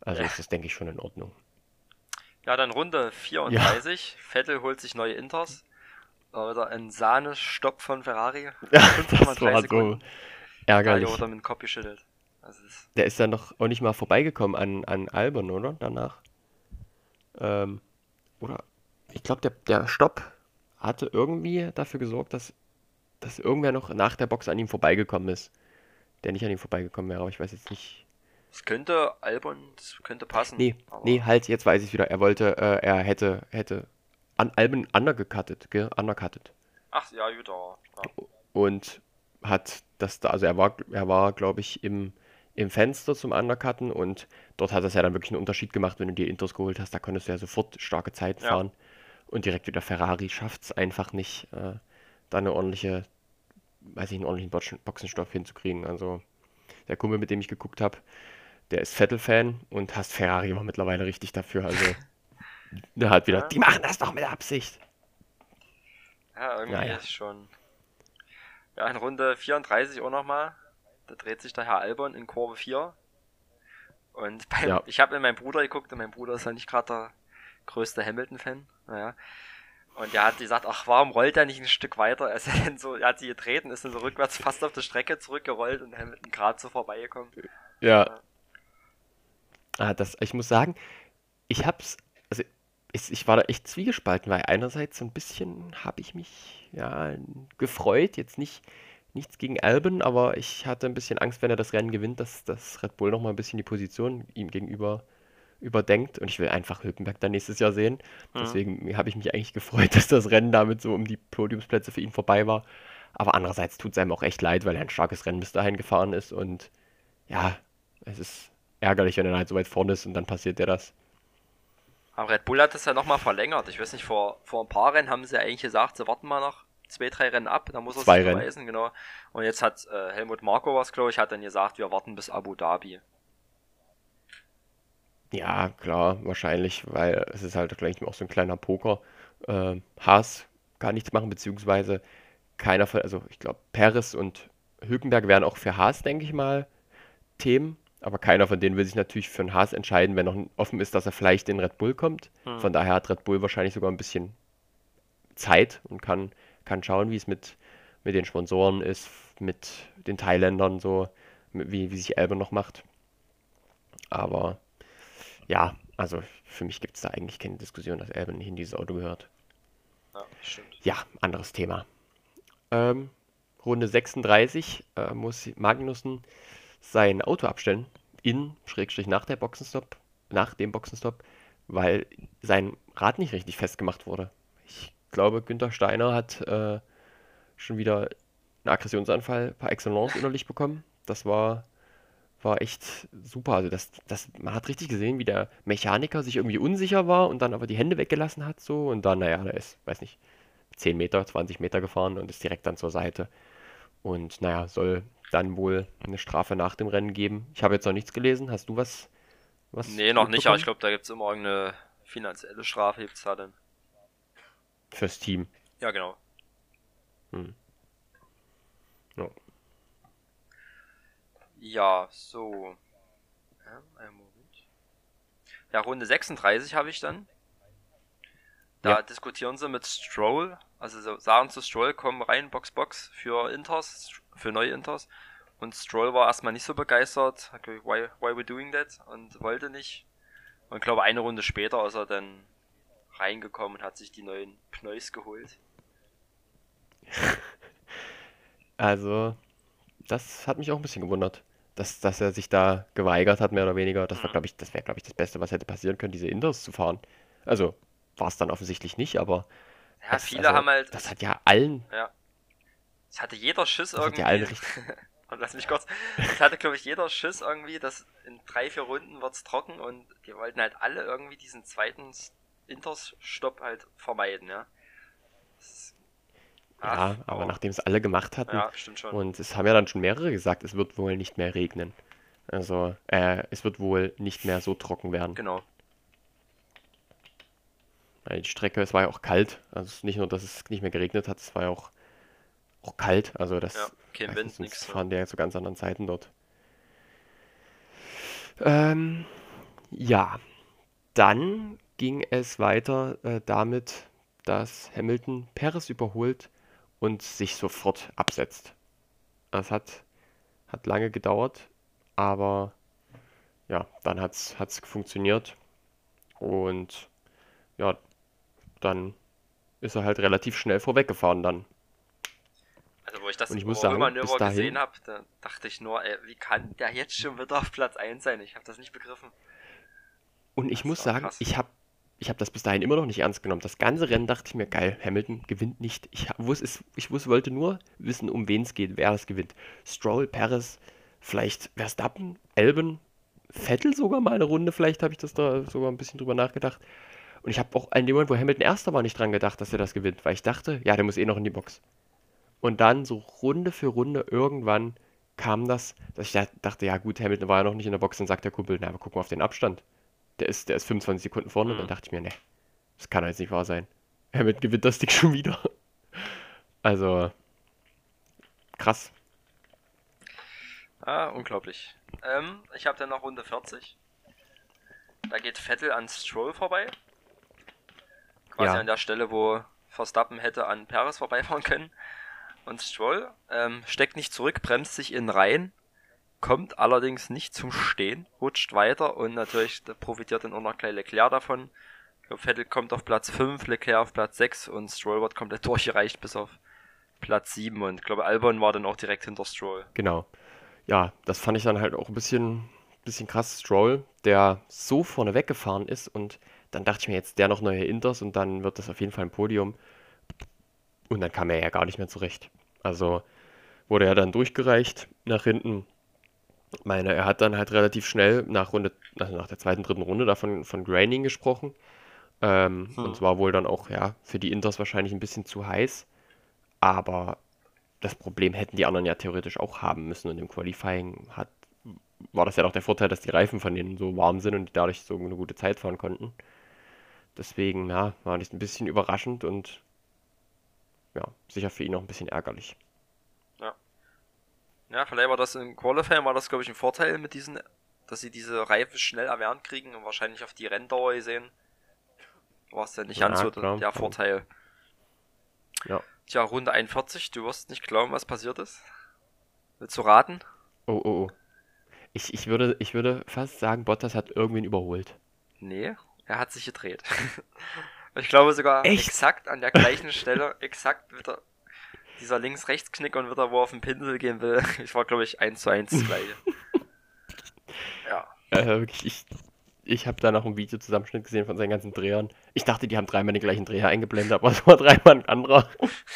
Also ist das, denke ich, schon in Ordnung. Ja, dann Runde Ja, 34. Vettel holt sich neue Inters. War wieder ein Sahnestopp von Ferrari. das 5,3 war so Sekunden. Italia ärgerlich. wurde mit dem Kopf geschüttelt. Also das, Der ist dann noch auch nicht mal vorbeigekommen an Albon, oder? Danach. Ähm, oder? Ich glaube, der Stopp hatte irgendwie dafür gesorgt, dass irgendwer noch nach der Box an ihm vorbeigekommen ist. Der nicht an ihm vorbeigekommen wäre, aber ich weiß jetzt nicht. das könnte Albon, das könnte passen. Nee, nee, Aber, halt, jetzt weiß ich wieder. Er wollte, er hätte an Albon undergecuttet, gell? Undercuttet. ach ja, gut, aber, ja. Und hat das da, also er war, glaube ich, im Fenster zum Undercutten und dort hat das ja dann wirklich einen Unterschied gemacht, wenn du dir Intros geholt hast. Da konntest du ja sofort starke Zeiten Ja, fahren und direkt wieder Ferrari schafft es einfach nicht, da eine ordentliche, weiß ich, einen ordentlichen Boxenstopp hinzukriegen. Also der Kumpel, mit dem ich geguckt habe, der ist Vettel-Fan und hasst Ferrari immer mittlerweile richtig dafür. Also der hat wieder, ja, die machen das doch mit Absicht. ja, irgendwie Naja, ist schon. Ja, in Runde 34 auch nochmal. Da dreht sich der Herr Albon in Kurve 4. Und ja, ich habe mit meinem Bruder geguckt und mein Bruder ist ja nicht gerade der größte Hamilton-Fan. Naja. Und der hat gesagt, ach, warum rollt er nicht ein Stück weiter? Er hat sie getreten, ist dann so rückwärts fast auf der Strecke zurückgerollt und Hamilton gerade so vorbeigekommen. ja. Ja, Ich muss sagen, ich hab's, also ich war da echt zwiegespalten, weil einerseits so ein bisschen habe ich mich ja gefreut, jetzt nichts gegen Albon, aber ich hatte ein bisschen Angst, wenn er das Rennen gewinnt, dass Red Bull noch mal ein bisschen die Position ihm gegenüber überdenkt und ich will einfach Hülkenberg dann nächstes Jahr sehen. mhm. Deswegen habe ich mich eigentlich gefreut, dass das Rennen damit so um die Podiumsplätze für ihn vorbei war. Aber andererseits tut es einem auch echt leid, weil er ein starkes Rennen bis dahin gefahren ist und ja, es ist ärgerlich, wenn er halt so weit vorne ist und dann passiert dir das. Aber Red Bull hat das ja nochmal verlängert. Ich weiß nicht, vor ein paar Rennen haben sie ja eigentlich gesagt, sie warten mal noch 2, 3 Rennen ab, dann muss er sich Zwei Rennen. beweisen, genau. Und jetzt hat Helmut Marko was, glaube ich, hat dann gesagt, wir warten bis Abu Dhabi. Ja, klar, wahrscheinlich, weil es ist halt gleich auch so ein kleiner Poker. Haas kann nichts machen, beziehungsweise keiner von, also ich glaube, Perez und Hülkenberg wären auch für Haas, denke ich mal, Themen, aber keiner von denen will sich natürlich für einen Haas entscheiden, wenn noch offen ist, dass er vielleicht in Red Bull kommt. Hm. Von daher hat Red Bull wahrscheinlich sogar ein bisschen Zeit und kann schauen, wie es mit den Sponsoren ist, mit den Thailändern so, wie sich Albon noch macht. Aber ja, also für mich gibt es da eigentlich keine Diskussion, dass Albon nicht in dieses Auto gehört. Ja, stimmt. Ja, anderes Thema. Ähm, Runde 36 muss Magnussen sein Auto abstellen, Schrägstrich nach dem Boxenstopp, weil sein Rad nicht richtig festgemacht wurde. Ich glaube, Günther Steiner hat schon wieder einen Aggressionsanfall par excellence innerlich bekommen. War echt super. Also man hat richtig gesehen, wie der Mechaniker sich irgendwie unsicher war und dann aber die Hände weggelassen hat so und dann, naja, der ist, weiß nicht, 10 Meter, 20 Meter gefahren und ist direkt dann zur Seite. Und naja, soll dann wohl eine Strafe nach dem Rennen geben. Ich habe jetzt noch nichts gelesen. Hast du was Nee, noch nicht, aber ich mitbekommen? glaube, da gibt's immer irgendeine finanzielle Strafe, gibt's da dann. Fürs Team. Ja, genau. Hm. Ja. Ja, so. Einen Moment. Ja, Runde 36 habe ich dann. Ja. Da diskutieren sie mit Stroll. Also so sagen zu Stroll, komm rein, Box für Inters, für neue Inters. Und Stroll war erstmal nicht so begeistert. Hat gesagt, why we doing that? Und wollte nicht. Und ich glaube, eine Runde später ist er dann reingekommen und hat sich die neuen Pneus geholt. Also, das hat mich auch ein bisschen gewundert, dass er sich da geweigert hat, mehr oder weniger. Mhm. Das wäre, glaube ich, das Beste, was hätte passieren können, diese Inders zu fahren. Also, war es dann offensichtlich nicht, aber Ja, viele haben halt, das hat ja allen, ja, es hatte jeder Schiss das hat ja allen irgendwie. richtig. Und lass mich kurz. Es hatte, glaube ich, jeder Schiss irgendwie, dass in 3, 4 Runden wird's trocken und die wollten halt alle irgendwie diesen zweiten Interstopp halt vermeiden, ja. Das, ach, Ja, aber aber, nachdem es alle gemacht hatten, ja, stimmt schon. und es haben ja dann schon mehrere gesagt, es wird wohl nicht mehr regnen. Also, es wird wohl nicht mehr so trocken werden. Genau. Weil die Strecke, es war ja auch kalt. Also es ist nicht nur, dass es nicht mehr geregnet hat, es war ja auch kalt. Also Ja, das, kein weiß nicht, Wind, sonst nix. Ja. fahren die ja zu ganz anderen Zeiten dort. Ähm, Ja, dann ging es weiter damit, dass Hamilton Perez überholt und sich sofort absetzt. Das hat lange gedauert, aber ja, dann hat's funktioniert und ja, dann ist er halt relativ schnell vorweggefahren dann. Also wo ich das Und ich muss sagen, bis Überholmanöver gesehen dahin, habe, da dachte ich nur, ey, wie kann der jetzt schon wieder auf Platz 1 sein? Ich habe das nicht begriffen. und ich Das muss war sagen, krass. ich hab das bis dahin immer noch nicht ernst genommen. Das ganze Rennen dachte ich mir, geil, Hamilton gewinnt nicht. Wollte nur wissen, um wen es geht, wer es gewinnt. Stroll, Perez, vielleicht Verstappen, Albon, Vettel sogar mal eine Runde, vielleicht habe ich das da sogar ein bisschen drüber nachgedacht. Und ich habe auch an dem Moment, wo Hamilton Erster war, nicht dran gedacht, dass er das gewinnt, weil ich dachte, ja, der muss eh noch in die Box. Und dann so Runde für Runde irgendwann kam das, dass ich dachte, ja gut, Hamilton war ja noch nicht in der Box, dann sagt der Kumpel, na, aber guck mal auf den Abstand. Der ist 25 Sekunden vorne. Und dann Hm. dachte ich mir, ne, das kann doch jetzt nicht wahr sein. Hamilton gewinnt das Ding schon wieder. Also, krass. Ah, unglaublich. Ich habe dann noch Runde 40. Da geht Vettel an Stroll vorbei. Quasi Ja, an der Stelle, wo Verstappen hätte an Perez vorbeifahren können. Und Stroll steckt nicht zurück, bremst sich innen rein, kommt allerdings nicht zum Stehen, rutscht weiter und natürlich da profitiert dann auch noch gleich Leclerc davon. Ich glaube, Vettel kommt auf Platz 5, Leclerc auf Platz 6 und Stroll wird komplett durchgereicht bis auf Platz 7 und ich glaube, Albon war dann auch direkt hinter Stroll. genau. Ja, das fand ich dann halt auch ein bisschen krass. Stroll, der so vorne weggefahren ist und dann dachte ich mir jetzt, der noch neue Inters und dann wird das auf jeden Fall ein Podium. Und dann kam er ja gar nicht mehr zurecht. Also wurde er dann durchgereicht nach hinten. Meine, er hat dann halt relativ schnell nach der zweiten, dritten Runde davon von Graining gesprochen. Und Hm. zwar wohl dann auch, ja, für die Inters wahrscheinlich ein bisschen zu heiß. Aber das Problem hätten die anderen ja theoretisch auch haben müssen. Und im Qualifying war das ja doch der Vorteil, dass die Reifen von denen so warm sind und die dadurch so eine gute Zeit fahren konnten. Deswegen, ja, war das ein bisschen überraschend und ja, sicher für ihn auch ein bisschen ärgerlich. Ja. Ja, vielleicht war das im Qualifying, war das glaube ich ein Vorteil mit diesen, dass sie diese Reifen schnell erwärmt kriegen und wahrscheinlich auf die Renndauer gesehen. War es ja nicht ganz Ja, so klar. der Vorteil. Ja. Tja, Runde 41, du wirst nicht glauben, was passiert ist. Willst du raten? Oh, oh, oh. Ich würde fast sagen, Bottas hat irgendwen überholt. Nee, er hat sich gedreht. Ich glaube sogar Echt? exakt an der gleichen Stelle, exakt wieder dieser Links-Rechts-Knick und wieder, wo er auf den Pinsel gehen will. Ich war, glaube ich, 1:1 das gleiche. Ja. Wirklich, ich habe da noch ein Videozusammenschnitt gesehen von seinen ganzen Drehern. Ich dachte, die haben dreimal den gleichen Dreher eingeblendet, aber es war dreimal ein anderer.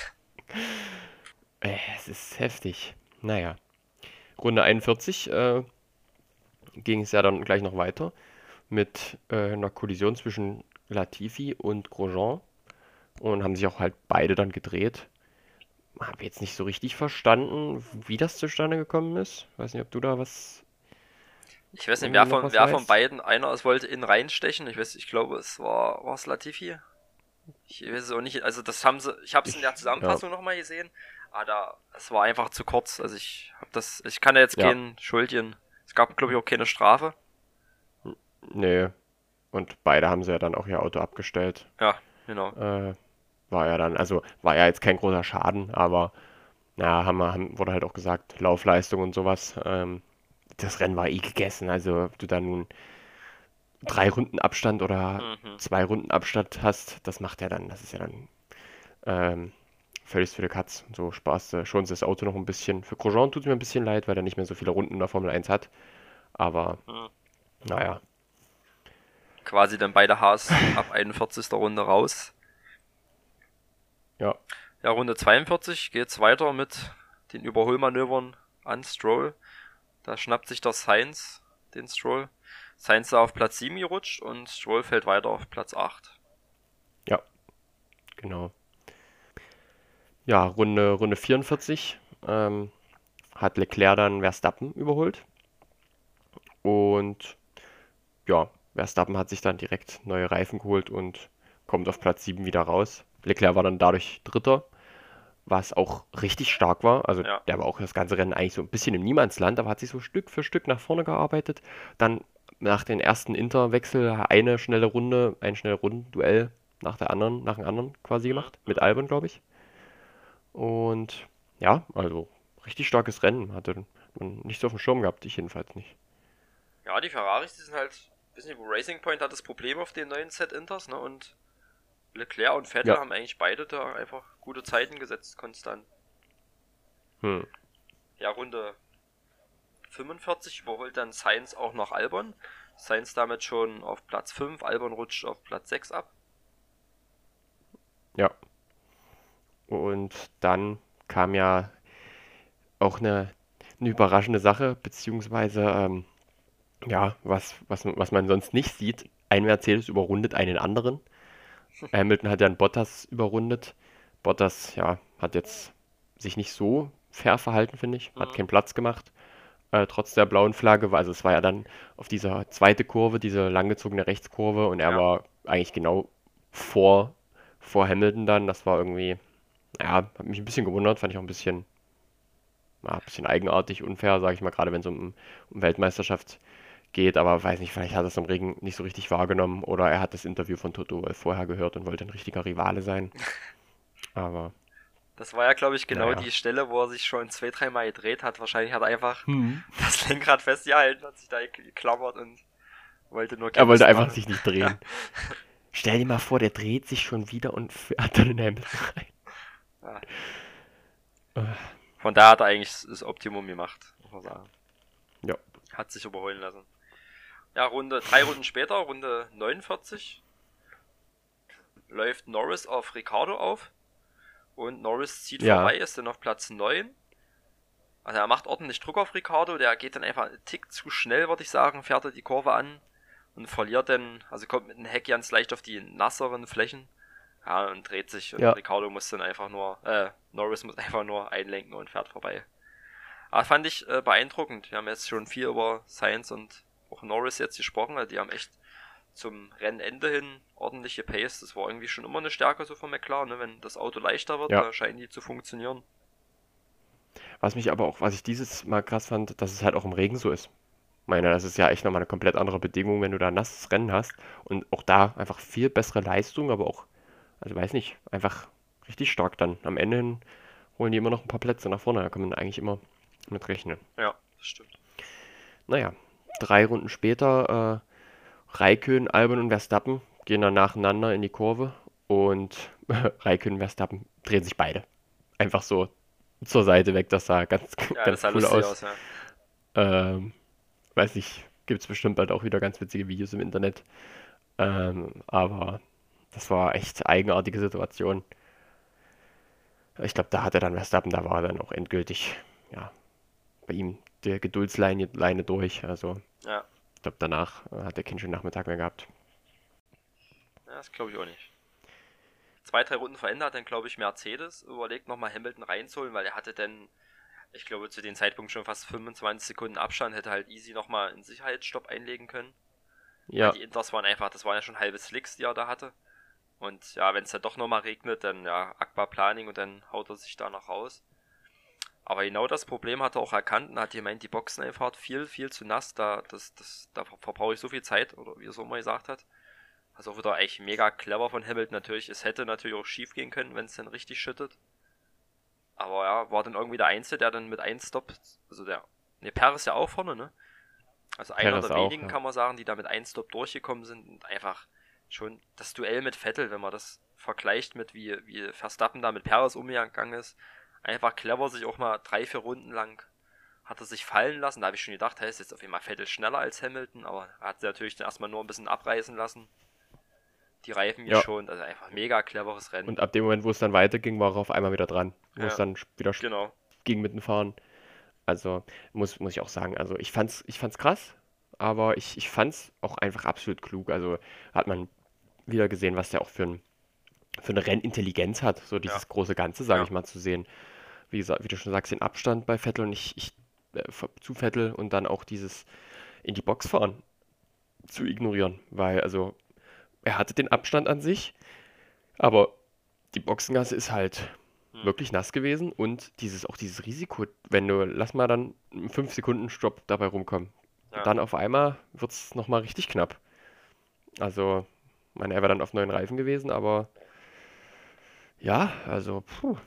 Es ist heftig. Naja. Runde 41 ging es ja dann gleich noch weiter mit einer Kollision zwischen Latifi und Grosjean und haben sich auch halt beide dann gedreht. Habe jetzt nicht so richtig verstanden, wie das zustande gekommen ist. Weiß nicht, ob du da was Ich weiß nicht, irgendwie noch was wer von weißt. beiden einer es wollte in reinstechen. Ich glaube, war es Latifi. Ich weiß es auch nicht. Also das haben sie, ich habe es in der Ja, Zusammenfassung nochmal gesehen. Aber es war einfach zu kurz. Also ich kann da jetzt ja, keinen schuldigen. Es gab, glaube ich, auch keine Strafe. nee. Und beide haben sie ja dann auch ihr Auto abgestellt. Ja, genau. Äh, war ja jetzt kein großer Schaden, aber ja, wurde halt auch gesagt, Laufleistung und sowas. Das Rennen war eh gegessen. Also, ob du da nun 3 Runden Abstand oder Mhm. 2 Runden Abstand hast, das ist ja dann ähm, völlig für die Katz. So sparst du, schonst das Auto noch ein bisschen. Für Grosjean tut es mir ein bisschen leid, weil er nicht mehr so viele Runden in der Formel 1 hat. Aber Mhm. naja, Quasi dann beide Haas ab 41. Runde raus. ja, Ja, Runde 42 geht's weiter mit den Überholmanövern an Stroll. Da schnappt sich der Sainz den Stroll. Sainz ist auf Platz 7 gerutscht und Stroll fällt weiter auf Platz 8. ja, genau. Ja, Runde 44 hat Leclerc dann Verstappen überholt. Und ja, Verstappen hat sich dann direkt neue Reifen geholt und kommt auf Platz 7 wieder raus. Leclerc war dann dadurch Dritter, was auch richtig stark war. Also Ja. der war auch das ganze Rennen eigentlich so ein bisschen im Niemandsland, aber hat sich so Stück für Stück nach vorne gearbeitet. Dann nach den ersten Interwechsel eine schnelle Runde, ein schnelle Rundenduell nach dem anderen quasi Mhm. gemacht. Mit Albon, glaube ich. Und ja, also richtig starkes Rennen. Hatte man nicht so auf dem Schirm gehabt, ich jedenfalls nicht. Ja, die Ferraris, die sind halt, wissen nicht, wo Racing Point hat das Problem auf den neuen Set Inters, ne? Und Leclerc und Vettel Ja. haben eigentlich beide da einfach gute Zeiten gesetzt, konstant. Hm. Ja, Runde 45 überholt dann Sainz auch noch Albon. Sainz damit schon auf Platz 5, Albon rutscht auf Platz 6 ab. Ja. Und dann kam ja auch eine überraschende Sache, beziehungsweise ja, was man sonst nicht sieht. Ein Mercedes überrundet einen anderen. Hamilton hat ja einen Bottas überrundet. Bottas, ja, hat jetzt sich nicht so fair verhalten, finde ich. Hat Mhm. keinen Platz gemacht, trotz der blauen Flagge. Also es war ja dann auf dieser zweite Kurve, diese langgezogene Rechtskurve und er Ja, war eigentlich genau vor, vor Hamilton dann. Das war irgendwie, ja, hat mich ein bisschen gewundert, fand ich auch ein bisschen eigenartig, unfair, sage ich mal, gerade wenn es um Weltmeisterschaft geht, aber weiß nicht, vielleicht hat er es im Regen nicht so richtig wahrgenommen oder er hat das Interview von Toto Wolff vorher gehört und wollte ein richtiger Rivale sein. Aber das war ja, glaube ich, genau naja. die Stelle, wo er sich schon zwei, dreimal gedreht hat. Wahrscheinlich hat er einfach Hm. das Lenkrad festgehalten, hat sich da geklammert und wollte nur Er keinen wollte Mist einfach machen. sich nicht Ja. drehen. Stell dir mal vor, der dreht sich schon wieder und fährt dann in Hamilton rein. Ja. Äh, Von da hat er eigentlich das Optimum gemacht, muss man sagen. Ja, Hat sich überholen lassen. Ja, drei Runden später, Runde 49, läuft Norris auf Ricardo auf und Norris zieht ja, vorbei, ist dann auf Platz 9. Also er macht ordentlich Druck auf Ricardo, der geht dann einfach einen Tick zu schnell, würde ich sagen, fährt er die Kurve an und verliert dann, also kommt mit dem Heck ganz leicht auf die nasseren Flächen. Ja, und dreht sich und ja. Ricardo muss dann einfach nur, Norris muss einfach nur einlenken und fährt vorbei. Aber fand ich beeindruckend. Wir haben jetzt schon viel über Sainz und auch Norris jetzt gesprochen, also die haben echt zum Rennende hin ordentliche Pace. Das war irgendwie schon immer eine Stärke so von McLaren, ne? Wenn das Auto leichter wird, Ja. da scheinen die zu funktionieren. Was ich dieses Mal krass fand, dass es halt auch im Regen so ist. Ich meine, das ist ja echt nochmal eine komplett andere Bedingung, wenn du da ein nasses Rennen hast und auch da einfach viel bessere Leistung, aber auch, also weiß nicht, einfach richtig stark dann. Am Ende hin holen die immer noch ein paar Plätze nach vorne, da kann man eigentlich immer mit rechnen. Ja, das stimmt. Naja, 3 Runden später, Räikkönen, Albon und Verstappen gehen dann nacheinander in die Kurve und Räikkönen und Verstappen drehen sich beide. Einfach so zur Seite weg, das sah ganz, Ja, das ganz sah cool lustig aus. aus, ja. Ähm, weiß nicht, gibt es bestimmt bald auch wieder ganz witzige Videos im Internet. Aber das war echt eigenartige Situation. Ich glaube, da hatte dann Verstappen, da war er dann auch endgültig, ja, bei ihm der Geduldsleine durch. Also Ja, ich glaube, danach hat er keinen schönen Nachmittag mehr gehabt. ja das glaube ich auch nicht. 2, 3 Runden verändert dann, glaube ich, Mercedes überlegt nochmal Hamilton reinzuholen, weil er hatte dann, ich glaube, zu dem Zeitpunkt schon fast 25 Sekunden Abstand, hätte halt easy nochmal einen Sicherheitsstopp einlegen können. Weil Ja, die Inters waren einfach, das waren ja schon halbe Slicks, die er da hatte. Und ja, wenn es dann doch nochmal regnet, dann ja, Aquaplaning und dann haut er sich da noch raus. Aber genau das Problem hat er auch erkannt und hat gemeint, die Boxeneinfahrt viel, viel zu nass, da verbrauche ich so viel Zeit, oder wie er so immer gesagt hat. Also auch wieder eigentlich mega clever von Hamilton natürlich. Es hätte natürlich auch schief gehen können, wenn es dann richtig schüttet. Aber ja, war dann irgendwie der Einzige, der dann mit einem Stop, also Perez ist ja auch vorne, ne? Also einer Perez der auch, wenigen, ja. kann man sagen, die da mit einem Stop durchgekommen sind und einfach schon das Duell mit Vettel, wenn man das vergleicht mit wie Verstappen da mit Perez umgegangen ist, einfach clever sich auch mal 3, 4 Runden lang hat er sich fallen lassen. Da habe ich schon gedacht, hey, ist jetzt auf jeden Fall Vettel schneller als Hamilton, aber er hat sie natürlich dann erstmal nur ein bisschen abreißen lassen. Die Reifen Ja, geschont, also einfach mega cleveres Rennen. und ab dem Moment, wo es dann weiterging, war er auf einmal wieder dran. Wo es Ja, dann wieder genau. ging mit dem Fahren. Also muss ich auch sagen, also ich fand's krass, aber ich fand's auch einfach absolut klug. Also hat man wieder gesehen, was der auch für eine Rennintelligenz hat, so Ja, dieses große Ganze, sage ja, ich mal, zu sehen. Wie du schon sagst, den Abstand bei Vettel und zu Vettel und dann auch dieses in die Box fahren zu ignorieren, weil also er hatte den Abstand an sich, aber die Boxengasse ist halt hm, wirklich nass gewesen und auch dieses Risiko, wenn du, lass mal dann einen 5 Sekunden Stopp dabei rumkommen. Ja. dann auf einmal wird es nochmal richtig knapp. Also, ich meine, er wäre dann auf neuen Reifen gewesen, aber ja, also,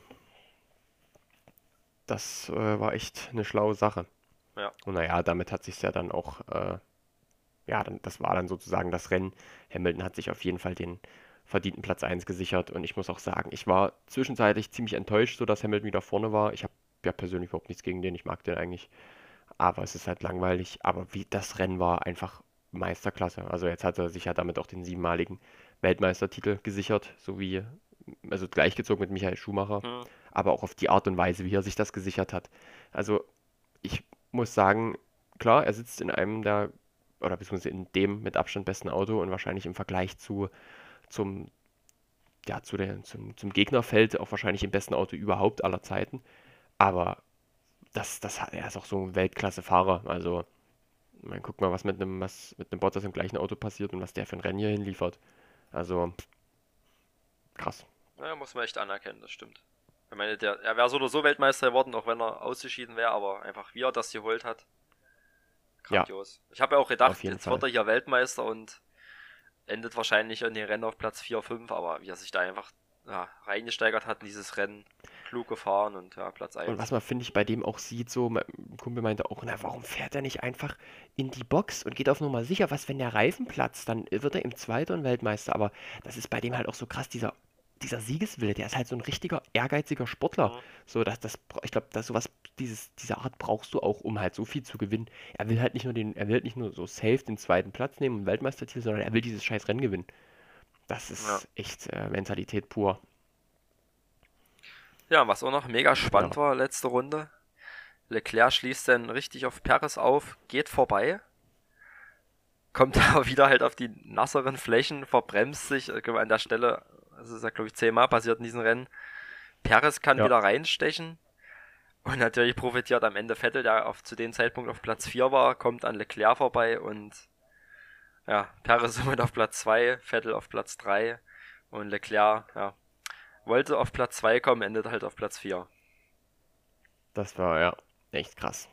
das war echt eine schlaue Sache. Ja. Und naja, damit hat sich ja dann auch, ja, das war dann sozusagen das Rennen. Hamilton hat sich auf jeden Fall den verdienten Platz eins gesichert und ich muss auch sagen, ich war zwischenzeitlich ziemlich enttäuscht, so dass Hamilton wieder vorne war. Ich habe ja persönlich überhaupt nichts gegen den, ich mag den eigentlich, aber es ist halt langweilig. Aber wie das Rennen war, einfach Meisterklasse. Also jetzt hat er sich ja damit auch den siebenmaligen Weltmeistertitel gesichert, so wie, also gleichgezogen mit Michael Schumacher, Hm. aber auch auf die Art und Weise, wie er sich das gesichert hat. Also ich muss sagen, klar, er sitzt in einem der, oder beziehungsweise in dem mit Abstand besten Auto und wahrscheinlich im Vergleich zum, ja, zum Gegnerfeld auch wahrscheinlich im besten Auto überhaupt aller Zeiten. Aber er ist auch so ein Weltklasse-Fahrer. Also, man guckt mal, was mit einem Bottas im gleichen Auto passiert und was der für ein Rennen hier hinliefert. Also, krass. Ja, muss man echt anerkennen, das stimmt. Ich meine, er wäre so oder so Weltmeister geworden, auch wenn er ausgeschieden wäre, aber einfach wie er das geholt hat, Ja, grandios. Ich habe ja auch auf gedacht, jeden jetzt wird Fall. er hier Weltmeister und endet wahrscheinlich in den Rennen auf Platz 4, 5, aber wie er sich da einfach reingesteigert hat in dieses Rennen, klug gefahren und ja, Platz Und was 1. man, finde ich, bei dem auch sieht, so, mein Kumpel meinte auch, na, warum fährt er nicht einfach in die Box und geht auf Nummer sicher? Was, wenn der Reifen platzt, dann wird er im Zweiten Weltmeister. Aber das ist bei dem halt auch so krass, dieser Siegeswille, der ist halt so ein richtiger ehrgeiziger Sportler. Mhm. So, ich glaube, diese Art brauchst du auch, um halt so viel zu gewinnen. Er will halt nicht nur so safe den zweiten Platz nehmen und Weltmeistertitel, sondern er will dieses scheiß Rennen gewinnen. Das Ja. ist echt Mentalität pur. Ja, was auch noch mega Ja, spannend war, letzte Runde. Leclerc schließt dann richtig auf Perez auf, geht vorbei, kommt aber wieder halt auf die nasseren Flächen, verbremst sich an der Stelle, das ist ja glaube ich 10-mal passiert in diesem Rennen. Perez kann ja, wieder reinstechen und natürlich profitiert am Ende Vettel, der zu dem Zeitpunkt auf Platz 4 war, kommt an Leclerc vorbei und ja, Perez somit auf Platz 2, Vettel auf Platz 3 und Leclerc, ja, wollte auf Platz 2 kommen, endet halt auf Platz 4. das war ja echt krass.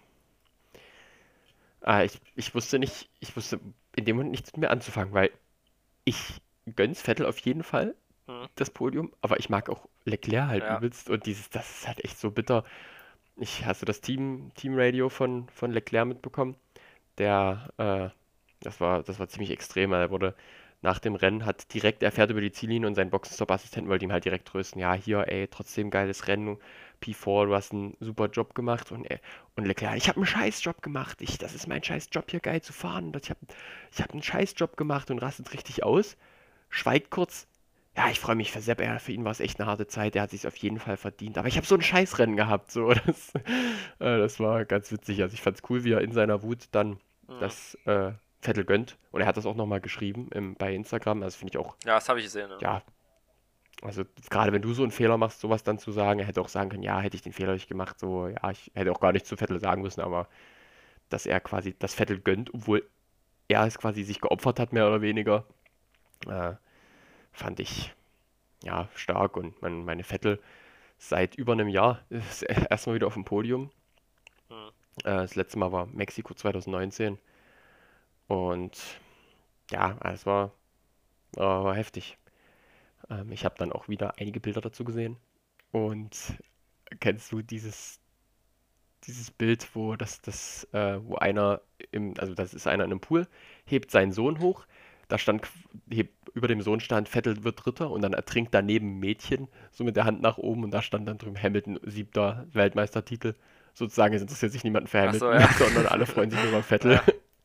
Ich wusste in dem Moment nichts mit mir anzufangen, weil ich gönn's Vettel auf jeden Fall, Hm. das Podium, aber ich mag auch Leclerc halt Ja, übelst und das ist halt echt so bitter. Hast du das Teamradio von Leclerc mitbekommen? Der, das war ziemlich extrem. Er wurde nach dem Rennen, er fährt über die Ziellinie und sein Boxenstopp-Assistent wollte ihm halt direkt trösten. Ja, hier, ey, trotzdem geiles Rennen. P4, du hast einen super Job gemacht. Und Leclerc, ich habe einen Scheißjob gemacht. Das ist mein Scheißjob hier geil zu fahren. Ich hab einen Scheißjob gemacht und rastet richtig aus. Schweigt kurz. Ja, ich freue mich für Sepp. Für ihn war es echt eine harte Zeit. Er hat sich auf jeden Fall verdient. Aber ich habe so ein Scheißrennen gehabt. So, das war ganz witzig. Also ich fand es cool, wie er in seiner Wut dann hm. das Vettel gönnt. Und er hat das auch nochmal geschrieben bei Instagram. Also finde ich auch, Ja, das habe ich gesehen, ja. ja, also gerade wenn du so einen Fehler machst, sowas dann zu sagen, er hätte auch sagen können, ja, hätte ich den Fehler nicht gemacht, so, ja, ich hätte auch gar nicht zu Vettel sagen müssen, aber dass er quasi das Vettel gönnt, obwohl er es quasi sich geopfert hat, mehr oder weniger, äh, fand ich, ja, stark. Und meine Vettel seit über einem Jahr ist erstmal wieder auf dem Podium. Hm. Das letzte Mal war Mexiko 2019 und ja, war heftig. Ich habe dann auch wieder einige Bilder dazu gesehen. Und kennst du dieses Bild, wo also das ist einer in einem Pool, hebt seinen Sohn hoch, da stand, über dem Sohn stand, Vettel wird Dritter und dann ertrinkt daneben ein Mädchen, so mit der Hand nach oben und da stand dann drüben Hamilton, siebter Weltmeistertitel. Sozusagen, es interessiert sich niemand für Ach so, Hamilton, ja. sondern alle freuen sich nur über Vettel. Ja.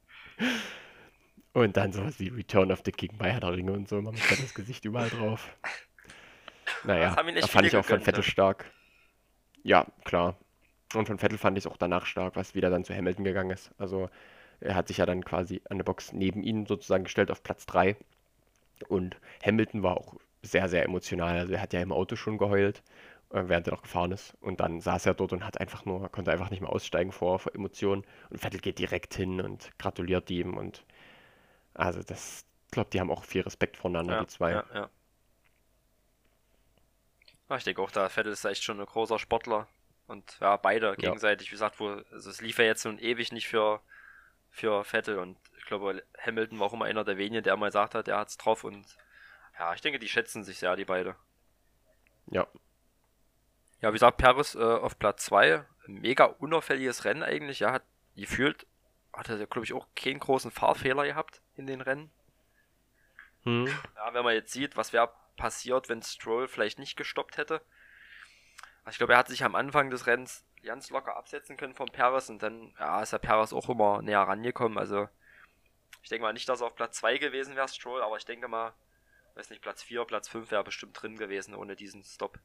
Und dann sowas wie Return of the King bei Herr der Ringe und so, immer mit Vettels Gesicht überall drauf. Das Naja, haben ihn da echt fand viele ich auch von gegönnt, Vettel ja. stark. Ja, klar. Und von Vettel fand ich es auch danach stark, was wieder dann zu Hamilton gegangen ist. Also er hat sich ja dann quasi an der Box neben ihn sozusagen gestellt auf Platz 3. Und Hamilton war auch sehr, sehr emotional. Also er hat ja im Auto schon geheult, während er noch gefahren ist. Und dann saß er dort und konnte einfach nicht mehr aussteigen vor Emotionen. Und Vettel geht direkt hin und gratuliert ihm. Und also ich glaube, die haben auch viel Respekt voneinander, Ja, die zwei. ja, ja. Ja, ich denke auch, der Vettel ist echt schon ein großer Sportler. Und ja, beide Ja, gegenseitig, wie gesagt, also es lief ja jetzt nun ewig nicht für für Vettel und ich glaube, Hamilton war auch immer einer der wenigen, der mal gesagt hat, er hat's drauf und ja, ich denke, die schätzen sich sehr, die beide. Ja, Ja, wie gesagt, Perez auf Platz 2, mega unauffälliges Rennen eigentlich, ja, hat gefühlt, hat er, glaube ich, auch keinen großen Fahrfehler gehabt in den Rennen. hm, Ja, wenn man jetzt sieht, was wäre passiert, wenn Stroll vielleicht nicht gestoppt hätte. Also ich glaube, er hat sich am Anfang des Rennens ganz locker absetzen können vom Perez und dann ja, ist der Perez auch immer näher rangekommen. Also ich denke mal nicht, dass er auf Platz 2 gewesen wäre, Stroll, aber ich denke mal, weiß nicht, Platz 4, Platz 5 wäre bestimmt drin gewesen ohne diesen Stop.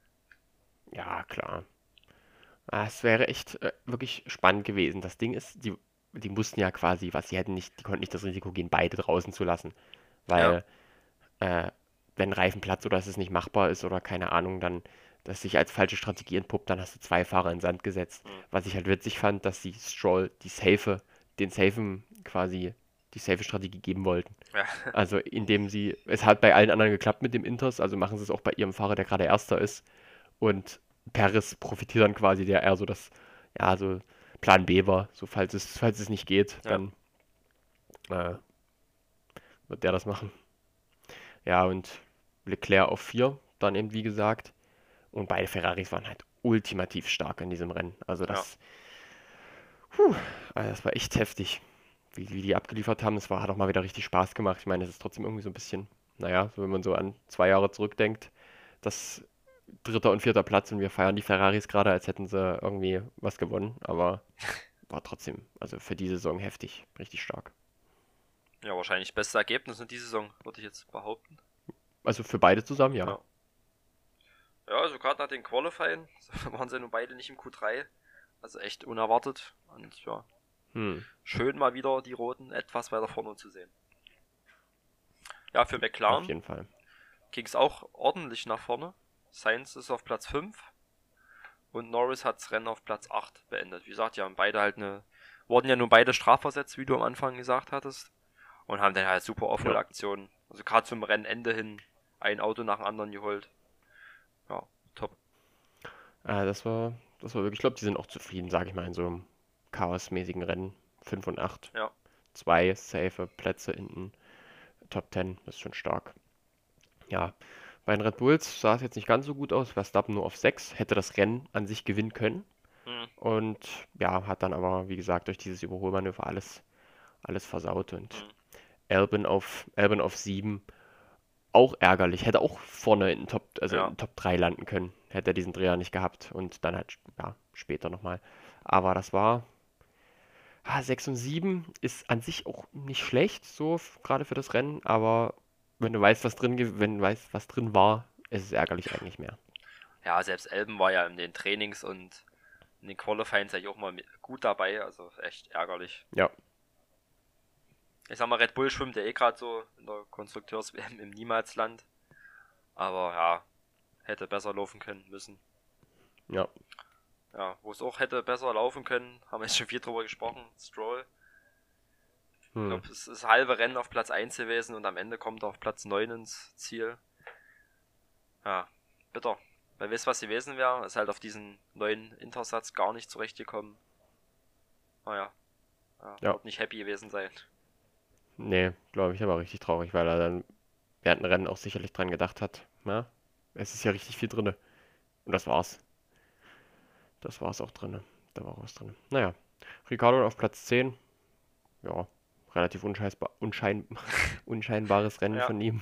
ja, klar. Es wäre echt wirklich spannend gewesen. Das Ding ist, die mussten ja quasi, was sie hätten nicht, die konnten nicht das Risiko gehen, beide draußen zu lassen. Ja, Weil, äh, wenn Reifen platzt oder dass es nicht machbar ist oder keine Ahnung, dann, dass sich als falsche Strategie entpuppt, dann hast du zwei Fahrer in den Sand gesetzt. hm, Was ich halt witzig fand, dass sie Stroll den safen quasi, die safe Strategie geben wollten. ja, Also indem sie, es hat bei allen anderen geklappt mit dem Inters, also machen sie es auch bei ihrem Fahrer, der gerade Erster ist. Und Perez profitiert dann quasi, der eher so das, ja, so Plan B war. So, falls es nicht geht, ja, dann äh, wird der das machen. Ja, und Leclerc auf 4, dann eben wie gesagt. Und beide Ferraris waren halt ultimativ stark in diesem Rennen. ja. Puh, also das war echt heftig, wie die abgeliefert haben. Hat auch mal wieder richtig Spaß gemacht. Ich meine, es ist trotzdem irgendwie so ein bisschen, naja, so wenn man so an 2 Jahre zurückdenkt, das dritter und vierter Platz und wir feiern die Ferraris gerade, als hätten sie irgendwie was gewonnen. Aber war trotzdem, also für die Saison heftig, richtig stark. Ja, wahrscheinlich beste Ergebnis in dieser Saison, würde ich jetzt behaupten. Also für beide zusammen, ja. Ja. Ja, also gerade nach den Qualifying waren sie nun beide nicht im Q3. Also echt unerwartet. Und ja, Hm, schön mal wieder die Roten etwas weiter vorne zu sehen. Ja, für auf McLaren jeden Fall. ging es auch ordentlich nach vorne. Sainz ist auf Platz 5 und Norris hat das Rennen auf Platz 8 beendet. Wie gesagt, die haben beide halt wurden ja nun beide strafversetzt, wie du am Anfang gesagt hattest. Und haben dann halt super Ja, Aufholaktionen. Also gerade zum Rennende hin ein Auto nach dem anderen geholt. Ja, top. das war wirklich, ich glaube, die sind auch zufrieden, sage ich mal, in so einem chaosmäßigen Rennen. 5 und 8. Ja, Zwei safe Plätze in den Top 10, das ist schon stark. Ja, bei den Red Bulls sah es jetzt nicht ganz so gut aus. Verstappen nur auf 6, hätte das Rennen an sich gewinnen können. hm, Und ja, hat dann aber, wie gesagt, durch dieses Überholmanöver alles versaut. Und hm, Albon auf 7, auch ärgerlich. Hätte auch vorne also ja. in Top 3 landen können. Hätte er diesen Dreher nicht gehabt. Und dann halt, ja, später nochmal. Aber das war, 6 und 7 ist an sich auch nicht schlecht, so gerade für das Rennen. Aber wenn du weißt, was drin war, ist es ärgerlich eigentlich mehr. Ja, selbst Elben war ja in den Trainings und in den Qualifyings eigentlich auch mal gut dabei. Also echt ärgerlich. Ja, Ich sag mal, Red Bull schwimmt ja eh gerade so in der Konstrukteurs-WM im Niemalsland. Aber ja, hätte besser laufen können müssen. ja. Ja, wo es auch hätte besser laufen können, haben wir jetzt schon viel drüber gesprochen. Stroll. Ich Hm. glaube, es ist halbe Rennen auf Platz 1 gewesen und am Ende kommt er auf Platz 9 ins Ziel. Ja, bitter. Weil wisst, was gewesen wäre, ist halt auf diesen neuen Intersatz gar nicht zurechtgekommen. Naja, ja, Ja, wird nicht happy gewesen sein. nee, glaube ich, aber richtig traurig, weil er dann während dem Rennen auch sicherlich dran gedacht hat. Na, es ist ja richtig viel drinne. Und das war's. Das war's auch drinne. Da war was drin. Naja, Ricardo auf Platz 10. Ja, relativ unscheinbares Rennen Ja, von ihm.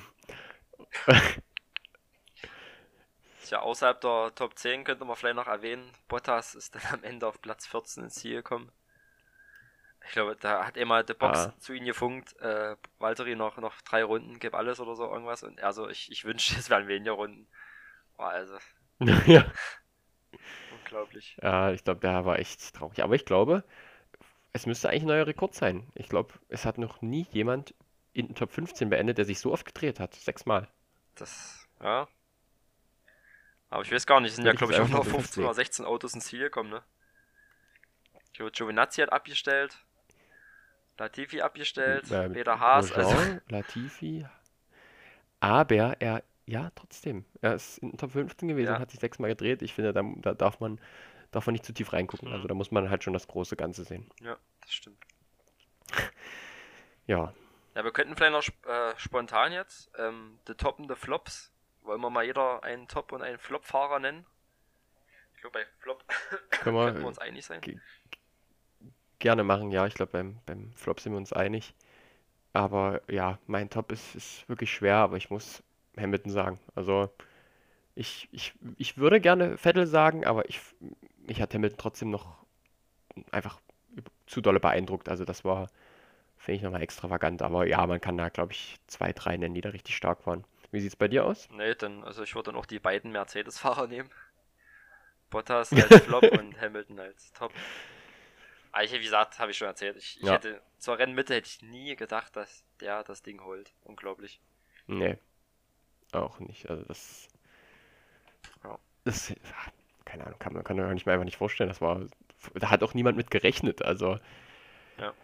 ist ja außerhalb der Top 10 könnte man vielleicht noch erwähnen. Bottas ist dann am Ende auf Platz 14 ins Ziel gekommen. Ich glaube, da hat immer die Box Ah, zu ihm gefunkt, Valtteri noch 3 Runden, gib alles oder so irgendwas. Und er so, ich wünschte, es wären weniger Runden. War also ja. unglaublich. Ja, ich glaube, der war echt traurig. Aber ich glaube, es müsste eigentlich ein neuer Rekord sein. Ich glaube, es hat noch nie jemand in den Top 15 beendet, der sich so oft gedreht hat. 6-mal. Ja. Aber ich weiß gar nicht, es sind ja, Würde ich jetzt glaube ich, auch einfach mal noch so 15 oder festlegen. 16 Autos ins Ziel gekommen, ne? Giovinazzi hat abgestellt, Latifi abgestellt, Peter Haas, also, Grosjean, Latifi, aber ja, trotzdem. Er ist in den Top 15 gewesen, ja. hat sich 6-mal gedreht. Ich finde, da darf man nicht zu tief reingucken. Also Hm, da muss man halt schon das große Ganze sehen. ja, das stimmt. Ja, Ja, wir könnten vielleicht noch spontan jetzt the Top und the Flops. Wollen wir mal jeder einen Top- und einen Flop-Fahrer nennen? Ich glaube, bei Flop können könnten wir wir uns einig sein. gerne machen. Ja, ich glaube, beim Flop sind wir uns einig. Aber ja, mein Top ist wirklich schwer, aber ich muss Hamilton sagen. Also ich würde gerne Vettel sagen, aber mich hat Hamilton trotzdem noch einfach zu dolle beeindruckt. Also das war, finde ich, nochmal extravagant. Aber ja, man kann da, glaube ich, zwei, drei nennen, die da richtig stark waren. Wie sieht's bei dir aus? Nee, dann, also ich würde dann auch die beiden Mercedes-Fahrer nehmen. Bottas als Flop und Hamilton als Top. Aber wie gesagt, habe ich schon erzählt. Ich Ja, hätte, zur Rennmitte hätte ich nie gedacht, dass der das Ding holt. Unglaublich. nee, auch nicht. Also Ja. das, keine Ahnung, kann man nicht mehr einfach nicht vorstellen. Da hat auch niemand mit gerechnet. Also, Ja.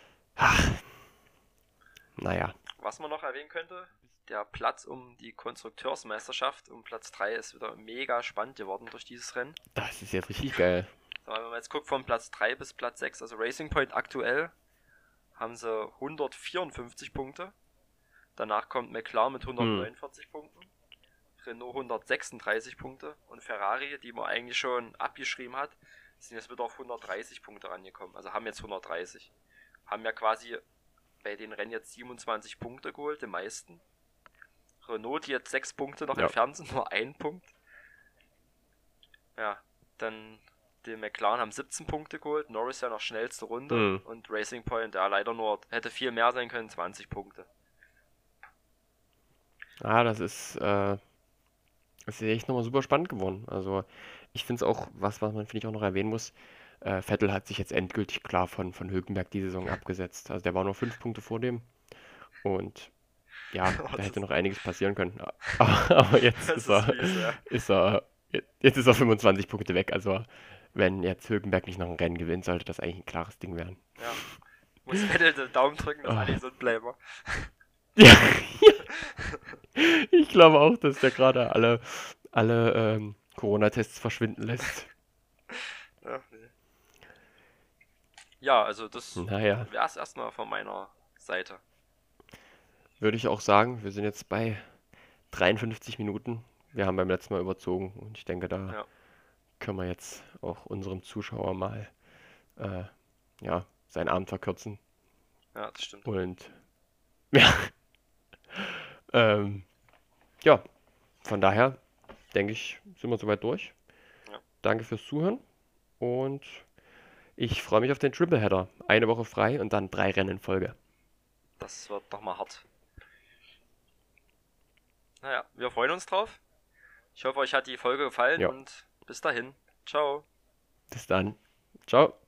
naja, Was man noch erwähnen könnte, der Platz um die Konstrukteursmeisterschaft, um Platz 3 ist wieder mega spannend geworden durch dieses Rennen. das ist jetzt richtig geil. Sag mal, wenn man jetzt guckt von Platz 3 bis Platz 6, also Racing Point aktuell, haben sie 154 Punkte. Danach kommt McLaren mit Hm. 149 Punkten, Renault 136 Punkte und Ferrari, die man eigentlich schon abgeschrieben hat, sind jetzt wieder auf 130 Punkte rangekommen. Also haben jetzt 130. Haben ja quasi bei den Rennen jetzt 27 Punkte geholt, die meisten. Renault, die jetzt 6 Punkte noch Ja. entfernt sind, nur ein Punkt. Ja, dann die McLaren haben 17 Punkte geholt, Norris ja noch schnellste Runde Hm. und Racing Point, ja leider nur, hätte viel mehr sein können, 20 Punkte. Ah, das ist echt nochmal super spannend geworden. Also, ich finde es auch, was man, finde ich, auch noch erwähnen muss, Vettel hat sich jetzt endgültig klar von Hülkenberg die Saison abgesetzt. Also, der war nur 5 Punkte vor dem und ja, da das, hätte ist, noch einiges passieren können. Aber jetzt das ist fies, ja. jetzt ist er 25 Punkte weg. Also, wenn jetzt Hülkenberg nicht noch ein Rennen gewinnt, sollte das eigentlich ein klares Ding werden. Ja. Muss Vettel den Daumen drücken, dass alle Ah. gesund bleiben. Ja, ich glaube auch, dass der gerade alle Corona-Tests verschwinden lässt. Ja, nee. Ja, also das Naja, wäre es erstmal von meiner Seite. würde ich auch sagen, wir sind jetzt bei 53 Minuten. Wir haben beim letzten Mal überzogen und ich denke, da Ja, können wir jetzt auch unserem Zuschauer mal äh, ja, seinen Abend verkürzen. ja, das stimmt. Und ja, ähm, ja, von daher denke ich, sind wir soweit durch. Ja, Danke fürs Zuhören und ich freue mich auf den Tripleheader. Eine Woche frei und dann 3 Rennen in Folge. das wird nochmal hart. Naja, wir freuen uns drauf. Ich hoffe, euch hat die Folge gefallen Ja, und bis dahin. Ciao. bis dann. Ciao.